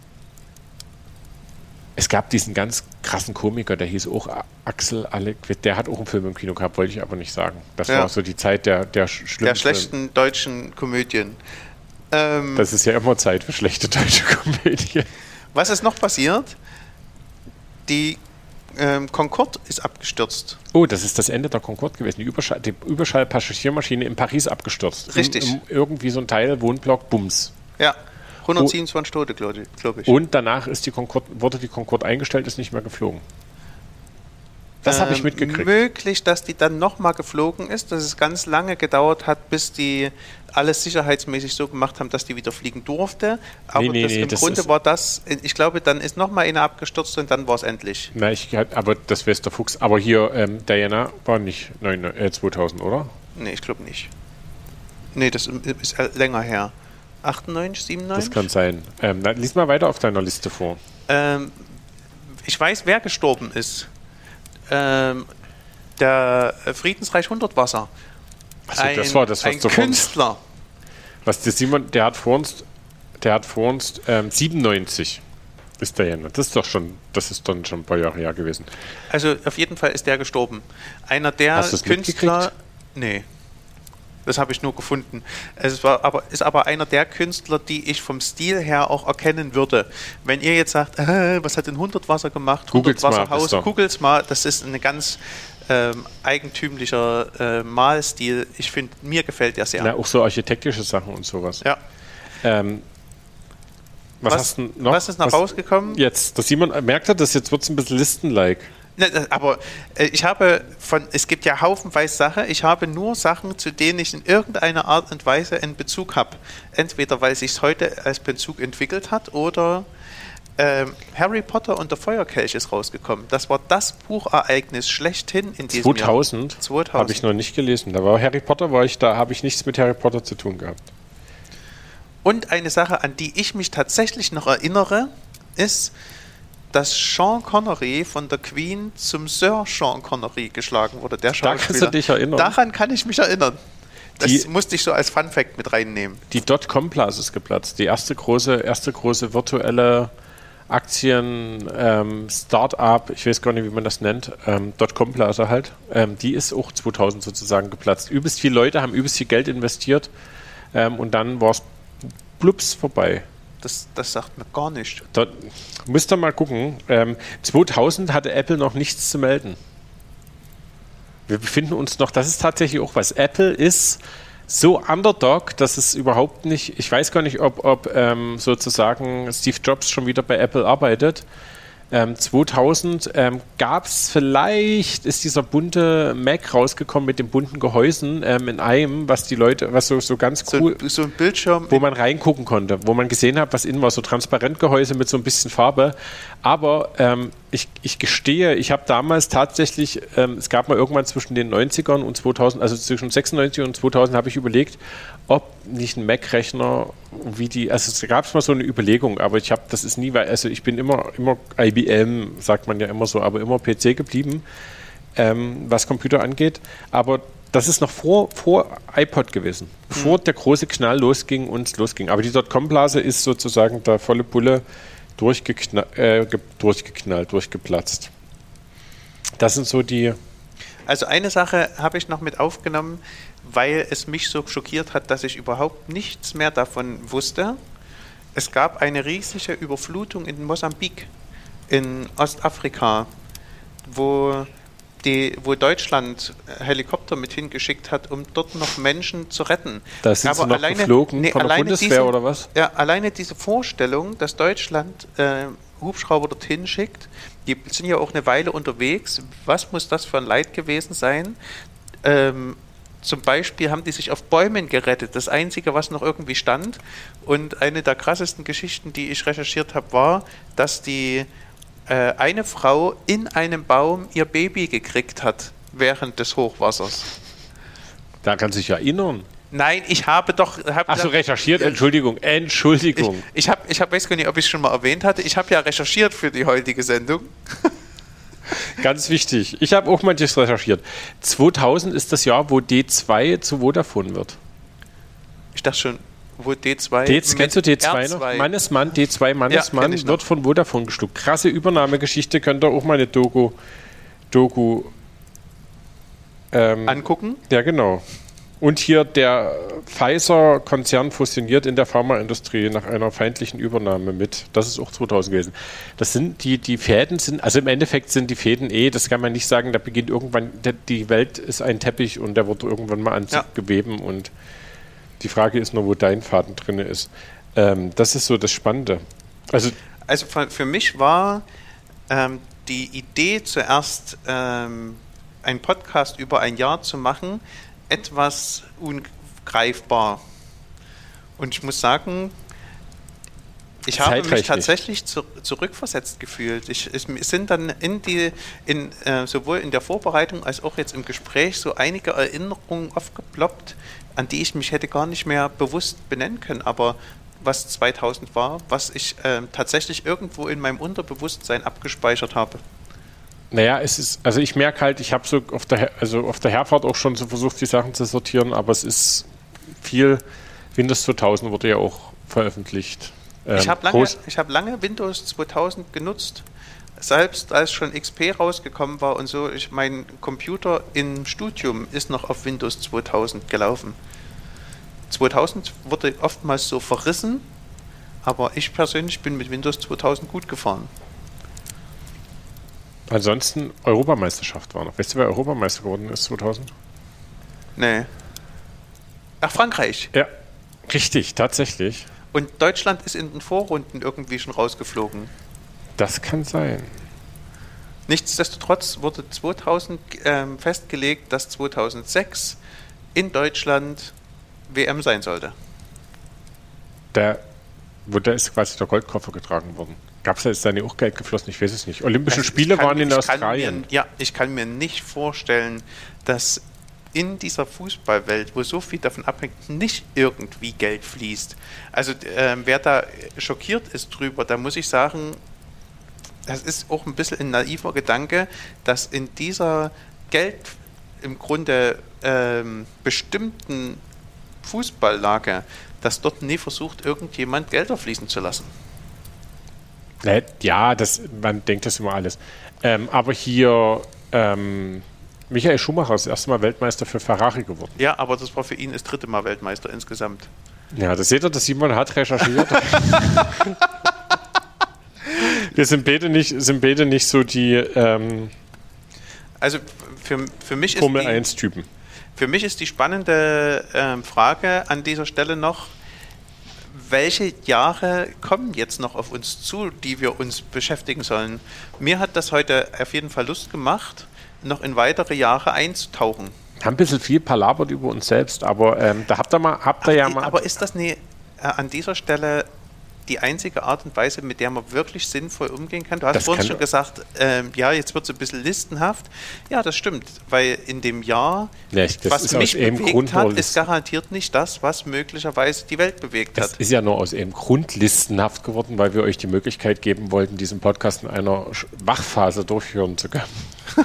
es gab diesen ganz krassen Komiker, der hieß auch Axel Alequid, der hat auch einen Film im Kino gehabt, wollte ich aber nicht sagen. Das war so die Zeit der schlechten deutschen Komödien. Das ist ja immer Zeit für schlechte deutsche Komödien. Was ist noch passiert? Die Concorde ist abgestürzt. Oh, das ist das Ende der Concorde gewesen. Die Überschallpassagiermaschine in Paris abgestürzt. Richtig. Irgendwie so ein Teil, Wohnblock, Bums. Ja, 127 Tote, glaube ich. Und danach ist wurde die Concorde eingestellt, ist nicht mehr geflogen. Das habe ich mitgekriegt. Möglich, dass die dann nochmal geflogen ist, dass es ganz lange gedauert hat, bis die alles sicherheitsmäßig so gemacht haben, dass die wieder fliegen durfte. Aber im Grunde war das, ich glaube, dann ist nochmal eine abgestürzt und dann war es endlich. Na, aber das weiß der Fuchs. Aber hier, Diana war nicht 2000, oder? Nee, ich glaube nicht. Nee, das ist länger her. 98, 97? Das kann sein. Lies mal weiter auf deiner Liste vor. Ich weiß, wer gestorben ist. Der Friedensreich Hundertwasser. Achso, das war das, was ein Künstler. Was der Simon, der hat vor uns 97 ist der Jänner. Das ist dann schon ein paar Jahre her gewesen. Also auf jeden Fall ist der gestorben. Einer der Künstler. Nee. Das habe ich nur gefunden. Es ist aber einer der Künstler, die ich vom Stil her auch erkennen würde. Wenn ihr jetzt sagt, was hat denn Hundertwasser gemacht? Hundertwasserhaus, googelt's mal. Das ist ein ganz eigentümlicher Malstil. Ich finde, mir gefällt der sehr. Ja, auch so architektische Sachen und sowas. Ja. Was ist noch rausgekommen? Jetzt, das Simon merkt hat, das jetzt wird es ein bisschen Listenlike. Ne, aber es gibt ja haufenweise Sachen, ich habe nur Sachen, zu denen ich in irgendeiner Art und Weise einen Bezug habe. Entweder weil es sich heute als Bezug entwickelt hat oder Harry Potter und der Feuerkelch ist rausgekommen. Das war das Buchereignis schlechthin in diesem 2000? Jahr. 2000 habe ich noch nicht gelesen. Da war Harry Potter, da habe ich nichts mit Harry Potter zu tun gehabt. Und eine Sache, an die ich mich tatsächlich noch erinnere, ist, dass Sean Connery von der Queen zum Sir Sean Connery geschlagen wurde, der Schauspieler. Da kannst du dich erinnern. Daran kann ich mich erinnern. Das musste ich so als Funfact mit reinnehmen. Die Dotcom-Blase ist geplatzt. Die erste große virtuelle Aktien-Start-up, ich weiß gar nicht, wie man das nennt, Dotcom-Blase halt, die ist auch 2000 sozusagen geplatzt. Übelst viele Leute haben übelst viel Geld investiert und dann war es blups vorbei. Das sagt mir gar nichts. Da müsst ihr mal gucken. 2000 hatte Apple noch nichts zu melden. Wir befinden uns noch, das ist tatsächlich auch was. Apple ist so underdog, dass es überhaupt nicht, ich weiß gar nicht, ob sozusagen Steve Jobs schon wieder bei Apple arbeitet. 2000 gab es vielleicht, ist dieser bunte Mac rausgekommen mit den bunten Gehäusen in einem, was die Leute, was so ganz cool, so ein Bildschirm, wo man reingucken konnte, wo man gesehen hat, was innen war, so Transparentgehäuse mit so ein bisschen Farbe. Aber ich gestehe, ich habe damals tatsächlich, es gab mal irgendwann zwischen den 90ern und 2000, also zwischen 96 und 2000 habe ich überlegt, ob nicht ein Mac-Rechner, also gab es mal so eine Überlegung, aber ich bin immer IBM, sagt man ja immer so, aber immer PC geblieben, was Computer angeht, aber das ist noch vor iPod gewesen, bevor der große Knall losging. Aber die Dotcom-Blase ist sozusagen da volle Pulle durchgeplatzt. Das sind so die... Also eine Sache habe ich noch mit aufgenommen, weil es mich so schockiert hat, dass ich überhaupt nichts mehr davon wusste. Es gab eine riesige Überflutung in Mosambik, in Ostafrika, wo Deutschland Helikopter mit hingeschickt hat, um dort noch Menschen zu retten. Da sind sie noch geflogen von der Bundeswehr oder was? Ja, alleine diese Vorstellung, dass Deutschland Hubschrauber dorthin schickt, die sind ja auch eine Weile unterwegs. Was muss das für ein Leid gewesen sein? Zum Beispiel haben die sich auf Bäumen gerettet. Das Einzige, was noch irgendwie stand. Und eine der krassesten Geschichten, die ich recherchiert habe, war, dass eine Frau in einem Baum ihr Baby gekriegt hat während des Hochwassers. Da kann sich ja erinnern. Nein, ich habe doch... Achso, recherchiert, Entschuldigung. Ich weiß gar nicht, ob ich es schon mal erwähnt hatte. Ich habe ja recherchiert für die heutige Sendung. Ganz wichtig. Ich habe auch manches recherchiert. 2000 ist das Jahr, wo D2 zu Vodafone wird. Ich dachte schon, wo D2... Kennst du D2 noch? Mannesmann, D2 Mannesmann wird von Vodafone geschluckt. Krasse Übernahmegeschichte, könnt ihr auch mal eine Doku angucken? Ja, genau. Und hier der Pfizer-Konzern fusioniert in der Pharmaindustrie nach einer feindlichen Übernahme mit. Das ist auch 2000 gewesen. Das sind die Fäden also im Endeffekt sind die Fäden das kann man nicht sagen, da beginnt irgendwann, die Welt ist ein Teppich und der wird irgendwann mal an sich geweben und die Frage ist nur, wo dein Faden drin ist. Das ist so das Spannende. Also für mich war die Idee zuerst, einen Podcast über ein Jahr zu machen, etwas ungreifbar. Und ich muss sagen, ich habe mich tatsächlich zurückversetzt gefühlt. Es sind dann sowohl in der Vorbereitung als auch jetzt im Gespräch so einige Erinnerungen aufgeploppt, an die ich mich hätte gar nicht mehr bewusst benennen können, aber was 2000 war, was ich tatsächlich irgendwo in meinem Unterbewusstsein abgespeichert habe. Naja, also ich merke halt, ich habe so auf der Herfahrt auch schon so versucht, die Sachen zu sortieren, aber es ist viel, Windows 2000 wurde ja auch veröffentlicht. Ich habe lange Windows 2000 genutzt, selbst als schon XP rausgekommen war und so. Mein Computer im Studium ist noch auf Windows 2000 gelaufen. 2000 wurde oftmals so verrissen, aber ich persönlich bin mit Windows 2000 gut gefahren. Ansonsten Europameisterschaft war noch. Weißt du, wer Europameister geworden ist 2000? Nee. Ach, Frankreich. Ja, richtig, tatsächlich. Und Deutschland ist in den Vorrunden irgendwie schon rausgeflogen. Das kann sein. Nichtsdestotrotz wurde 2000 festgelegt, dass 2006 in Deutschland WM sein sollte. Da ist quasi der Goldkoffer getragen worden. Gab es da jetzt auch Geld geflossen? Ich weiß es nicht. Olympische Spiele waren in Australien. Ich kann mir nicht vorstellen, dass in dieser Fußballwelt, wo so viel davon abhängt, nicht irgendwie Geld fließt. Also wer da schockiert ist drüber, da muss ich sagen, das ist auch ein bisschen ein naiver Gedanke, dass in dieser Geld im Grunde bestimmten Fußballlage, dass dort nie versucht, irgendjemand Gelder fließen zu lassen. Ja, man denkt das immer alles. Aber hier Michael Schumacher ist das erste Mal Weltmeister für Ferrari geworden. Ja, aber das war für ihn das dritte Mal Weltmeister insgesamt. Ja, das seht ihr, dass Simon hat recherchiert. Wir sind beide nicht so die also für mich Formel 1-Typen. Für mich ist die spannende Frage an dieser Stelle noch, welche Jahre kommen jetzt noch auf uns zu, die wir uns beschäftigen sollen? Mir hat das heute auf jeden Fall Lust gemacht, noch in weitere Jahre einzutauchen. Wir haben ein bisschen viel palabert über uns selbst, aber da habt ihr ja mal... Aber ist das an dieser Stelle die einzige Art und Weise, mit der man wirklich sinnvoll umgehen kann? Du hast vorhin schon gesagt, jetzt wird es ein bisschen listenhaft. Ja, das stimmt, weil in dem Jahr, was mich bewegt hat, ist garantiert nicht das, was möglicherweise die Welt bewegt hat. Das ist ja nur aus einem Grund listenhaft geworden, weil wir euch die Möglichkeit geben wollten, diesen Podcast in einer Wachphase durchführen zu können.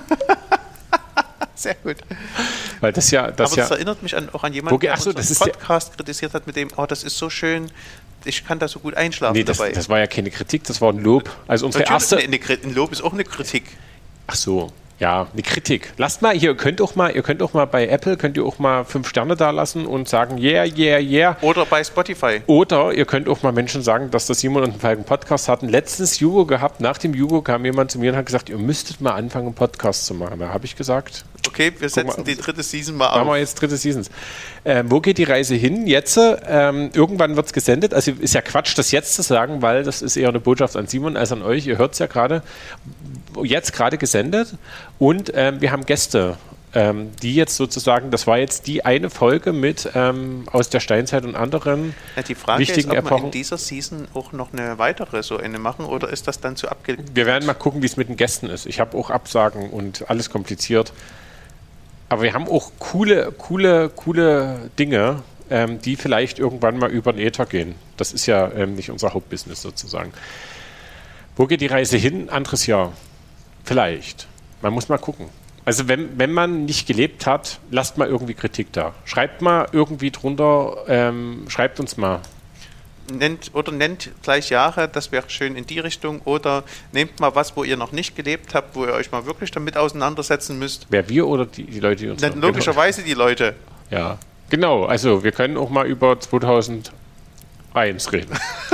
Sehr gut. Weil das erinnert mich auch an jemanden, der unseren Podcast kritisiert hat mit dem, das ist so schön, ich kann da so gut einschlafen dabei. Das war ja keine Kritik, das war ein Lob. Also unsere erste... Ein Lob ist auch eine Kritik. Ach so, ja, eine Kritik. Lasst mal, ihr könnt auch mal bei Apple, könnt ihr auch mal 5 Sterne da lassen und sagen, yeah, yeah, yeah. Oder bei Spotify. Oder ihr könnt auch mal Menschen sagen, dass das Simon und den Falken Podcast hatten. Letztens Jugo gehabt, nach dem Jugo kam jemand zu mir und hat gesagt, ihr müsstet mal anfangen, einen Podcast zu machen. Da habe ich gesagt... Okay, wir setzen die dritte Season mal auf. Machen wir jetzt dritte Seasons. Wo geht die Reise hin? Jetzt, irgendwann wird es gesendet. Also ist ja Quatsch, das jetzt zu sagen, weil das ist eher eine Botschaft an Simon als an euch. Ihr hört es ja gerade. Jetzt gerade gesendet. Und wir haben Gäste, die jetzt sozusagen, das war jetzt die eine Folge mit aus der Steinzeit und anderen die Frage wichtigen ist, ob Epochen. wir in dieser Season auch noch eine weitere so eine machen oder ist das dann zu abgelegt? Wir werden mal gucken, wie es mit den Gästen ist. Ich habe auch Absagen und alles kompliziert. Aber wir haben auch coole Dinge, die vielleicht irgendwann mal über den Äther gehen. Das ist ja nicht unser Hauptbusiness sozusagen. Wo geht die Reise hin? Anderes Jahr. Vielleicht. Man muss mal gucken. Also wenn man nicht gelebt hat, lasst mal irgendwie Kritik da. Schreibt mal irgendwie drunter, schreibt uns mal. Nennt gleich Jahre, das wäre schön in die Richtung. Oder nehmt mal was, wo ihr noch nicht gelebt habt, wo ihr euch mal wirklich damit auseinandersetzen müsst. Wer wir oder die Leute, die uns logischerweise die Leute. Ja, Genau, also wir können auch mal über 2001 reden.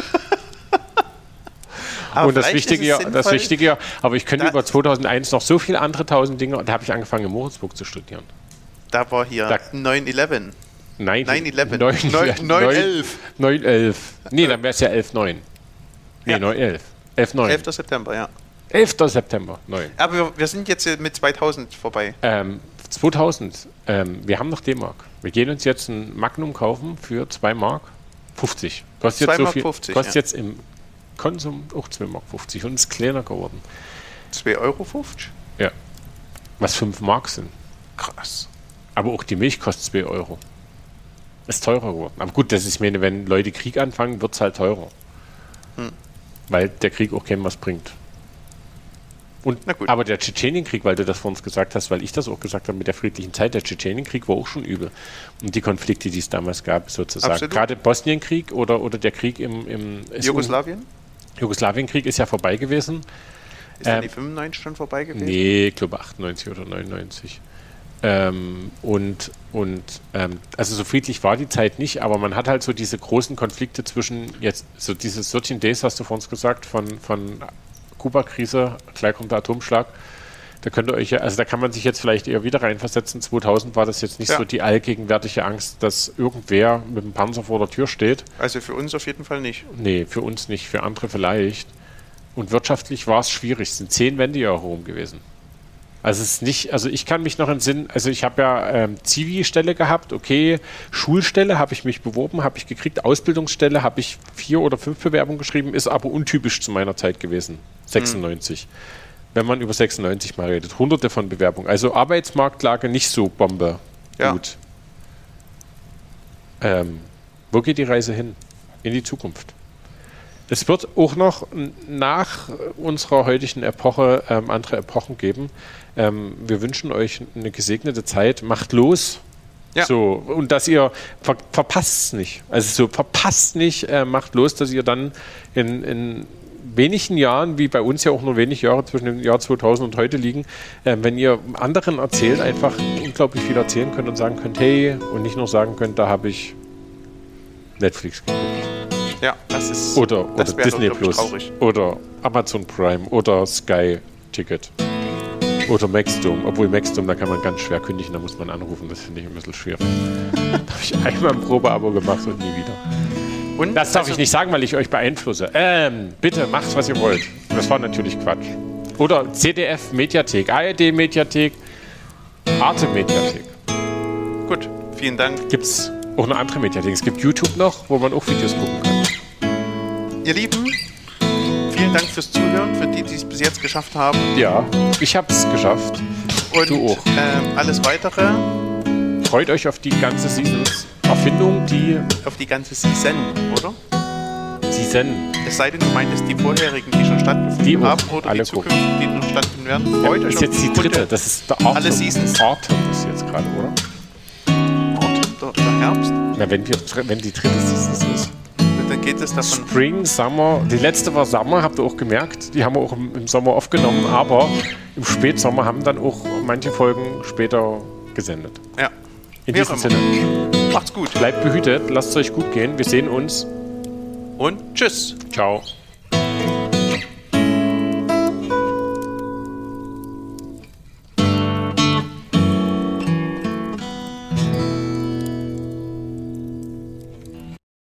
Aber und das vielleicht ist es Wichtige, aber ich könnte über 2001 noch so viele andere tausend Dinge, und da habe ich angefangen in Moritzburg zu studieren. Da war hier 9/11. Nein, 9/11. 9/11. Nee, dann wäre es ja 11/9. Nee, Ja. 9/11. 11/9. 11. September, ja. 11. September, 9. Aber wir sind jetzt mit 2000 vorbei. 2000, wir haben noch D-Mark. Wir gehen uns jetzt ein Magnum kaufen für 2 Mark 50. Kostet jetzt 2 Mark 50, kostet ja. jetzt im Konsum auch 2 Mark 50 und ist kleiner geworden. 2,50 Euro? Ja. Was 5 Mark sind. Krass. Aber auch die Milch kostet 2 Euro. Ist teurer geworden. Aber gut, das ist, ich meine, wenn Leute Krieg anfangen, wird es halt teurer. Weil der Krieg auch keinem was bringt. Und, Na gut. aber der Tschetschenienkrieg, weil du das vor uns gesagt hast, weil ich das auch gesagt habe mit der friedlichen Zeit, der Tschetschenienkrieg war auch schon übel. Und die Konflikte, die es damals gab, sozusagen. Absolut. Gerade Bosnienkrieg oder der Krieg im Jugoslawien? Jugoslawienkrieg ist ja vorbei gewesen. Ist dann die 95 schon vorbei gewesen? Nee, ich glaube 98 oder 99. Also so friedlich war die Zeit nicht, aber man hat halt so diese großen Konflikte zwischen jetzt, so dieses 13 Days, hast du vor uns gesagt, von Kuba-Krise, gleich kommt der Atomschlag. Da könnt ihr euch ja, also da kann man sich jetzt vielleicht eher wieder reinversetzen. 2000 war das jetzt nicht so die allgegenwärtige Angst, dass irgendwer mit dem Panzer vor der Tür steht. Also für uns auf jeden Fall nicht. Nee, für uns nicht, für andere vielleicht. Und wirtschaftlich war es schwierig. Es sind 10 Wendejahre rum gewesen. Also es ist nicht, also ich kann mich noch entsinnen, also ich habe ja Zivi-Stelle gehabt, okay, Schulstelle habe ich mich beworben, habe ich gekriegt, Ausbildungsstelle habe ich 4 oder 5 Bewerbungen geschrieben, ist aber untypisch zu meiner Zeit gewesen, 96. Wenn man über 96 mal redet, hunderte von Bewerbungen. Also Arbeitsmarktlage nicht so Bombe gut. Wo geht die Reise hin? In die Zukunft. Es wird auch noch nach unserer heutigen Epoche andere Epochen geben. Wir wünschen euch eine gesegnete Zeit. Macht los. Ja. So, und dass ihr verpasst es nicht. Also so verpasst nicht, macht los, dass ihr dann in wenigen Jahren, wie bei uns ja auch nur wenig Jahre zwischen dem Jahr 2000 und heute liegen, wenn ihr anderen erzählt, einfach unglaublich viel erzählen könnt und sagen könnt, hey, und nicht nur sagen könnt, da habe ich Netflix geguckt. Ja, das ist Oder Disney Plus. Traurig. Oder Amazon Prime. Oder Sky Ticket. Oder Maxdome. Obwohl Maxdome, da kann man ganz schwer kündigen, da muss man anrufen. Das finde ich ein bisschen schwierig. Da habe ich einmal ein Probeabo gemacht und nie wieder. Und Das darf ich nicht sagen, weil ich euch beeinflusse. Bitte, macht, was ihr wollt. Das war natürlich Quatsch. Oder CDF Mediathek, ARD Mediathek, Arte Mediathek. Gut, vielen Dank. Gibt es auch eine andere Mediathek. Es gibt YouTube noch, wo man auch Videos gucken kann. Ihr Lieben, vielen Dank fürs Zuhören, für die, die es bis jetzt geschafft haben. Ja, ich habe es geschafft. Und Du auch. Alles Weitere Freut euch auf die ganze Seasons-Erfindung, die auf die ganze Season, oder? Season. Es sei denn, du meintest die vorherigen, die schon stattgefunden Die auch, haben, oder alle die zukünftigen, die noch stattfinden werden. Freut euch Ist jetzt die Grunde. dritte. Das ist der Autumn. Alle Seasons. Autumn ist jetzt gerade, oder? Der Herbst. Na, wenn die dritte Season ist. Dann geht es davon. Spring, Summer. Die letzte war Sommer, habt ihr auch gemerkt. Die haben wir auch im Sommer aufgenommen, aber im Spätsommer haben dann auch manche Folgen später gesendet. Ja. In Wie auch diesem immer. Sinne. Macht's gut. Bleibt behütet, lasst es euch gut gehen. Wir sehen uns. Und tschüss. Ciao.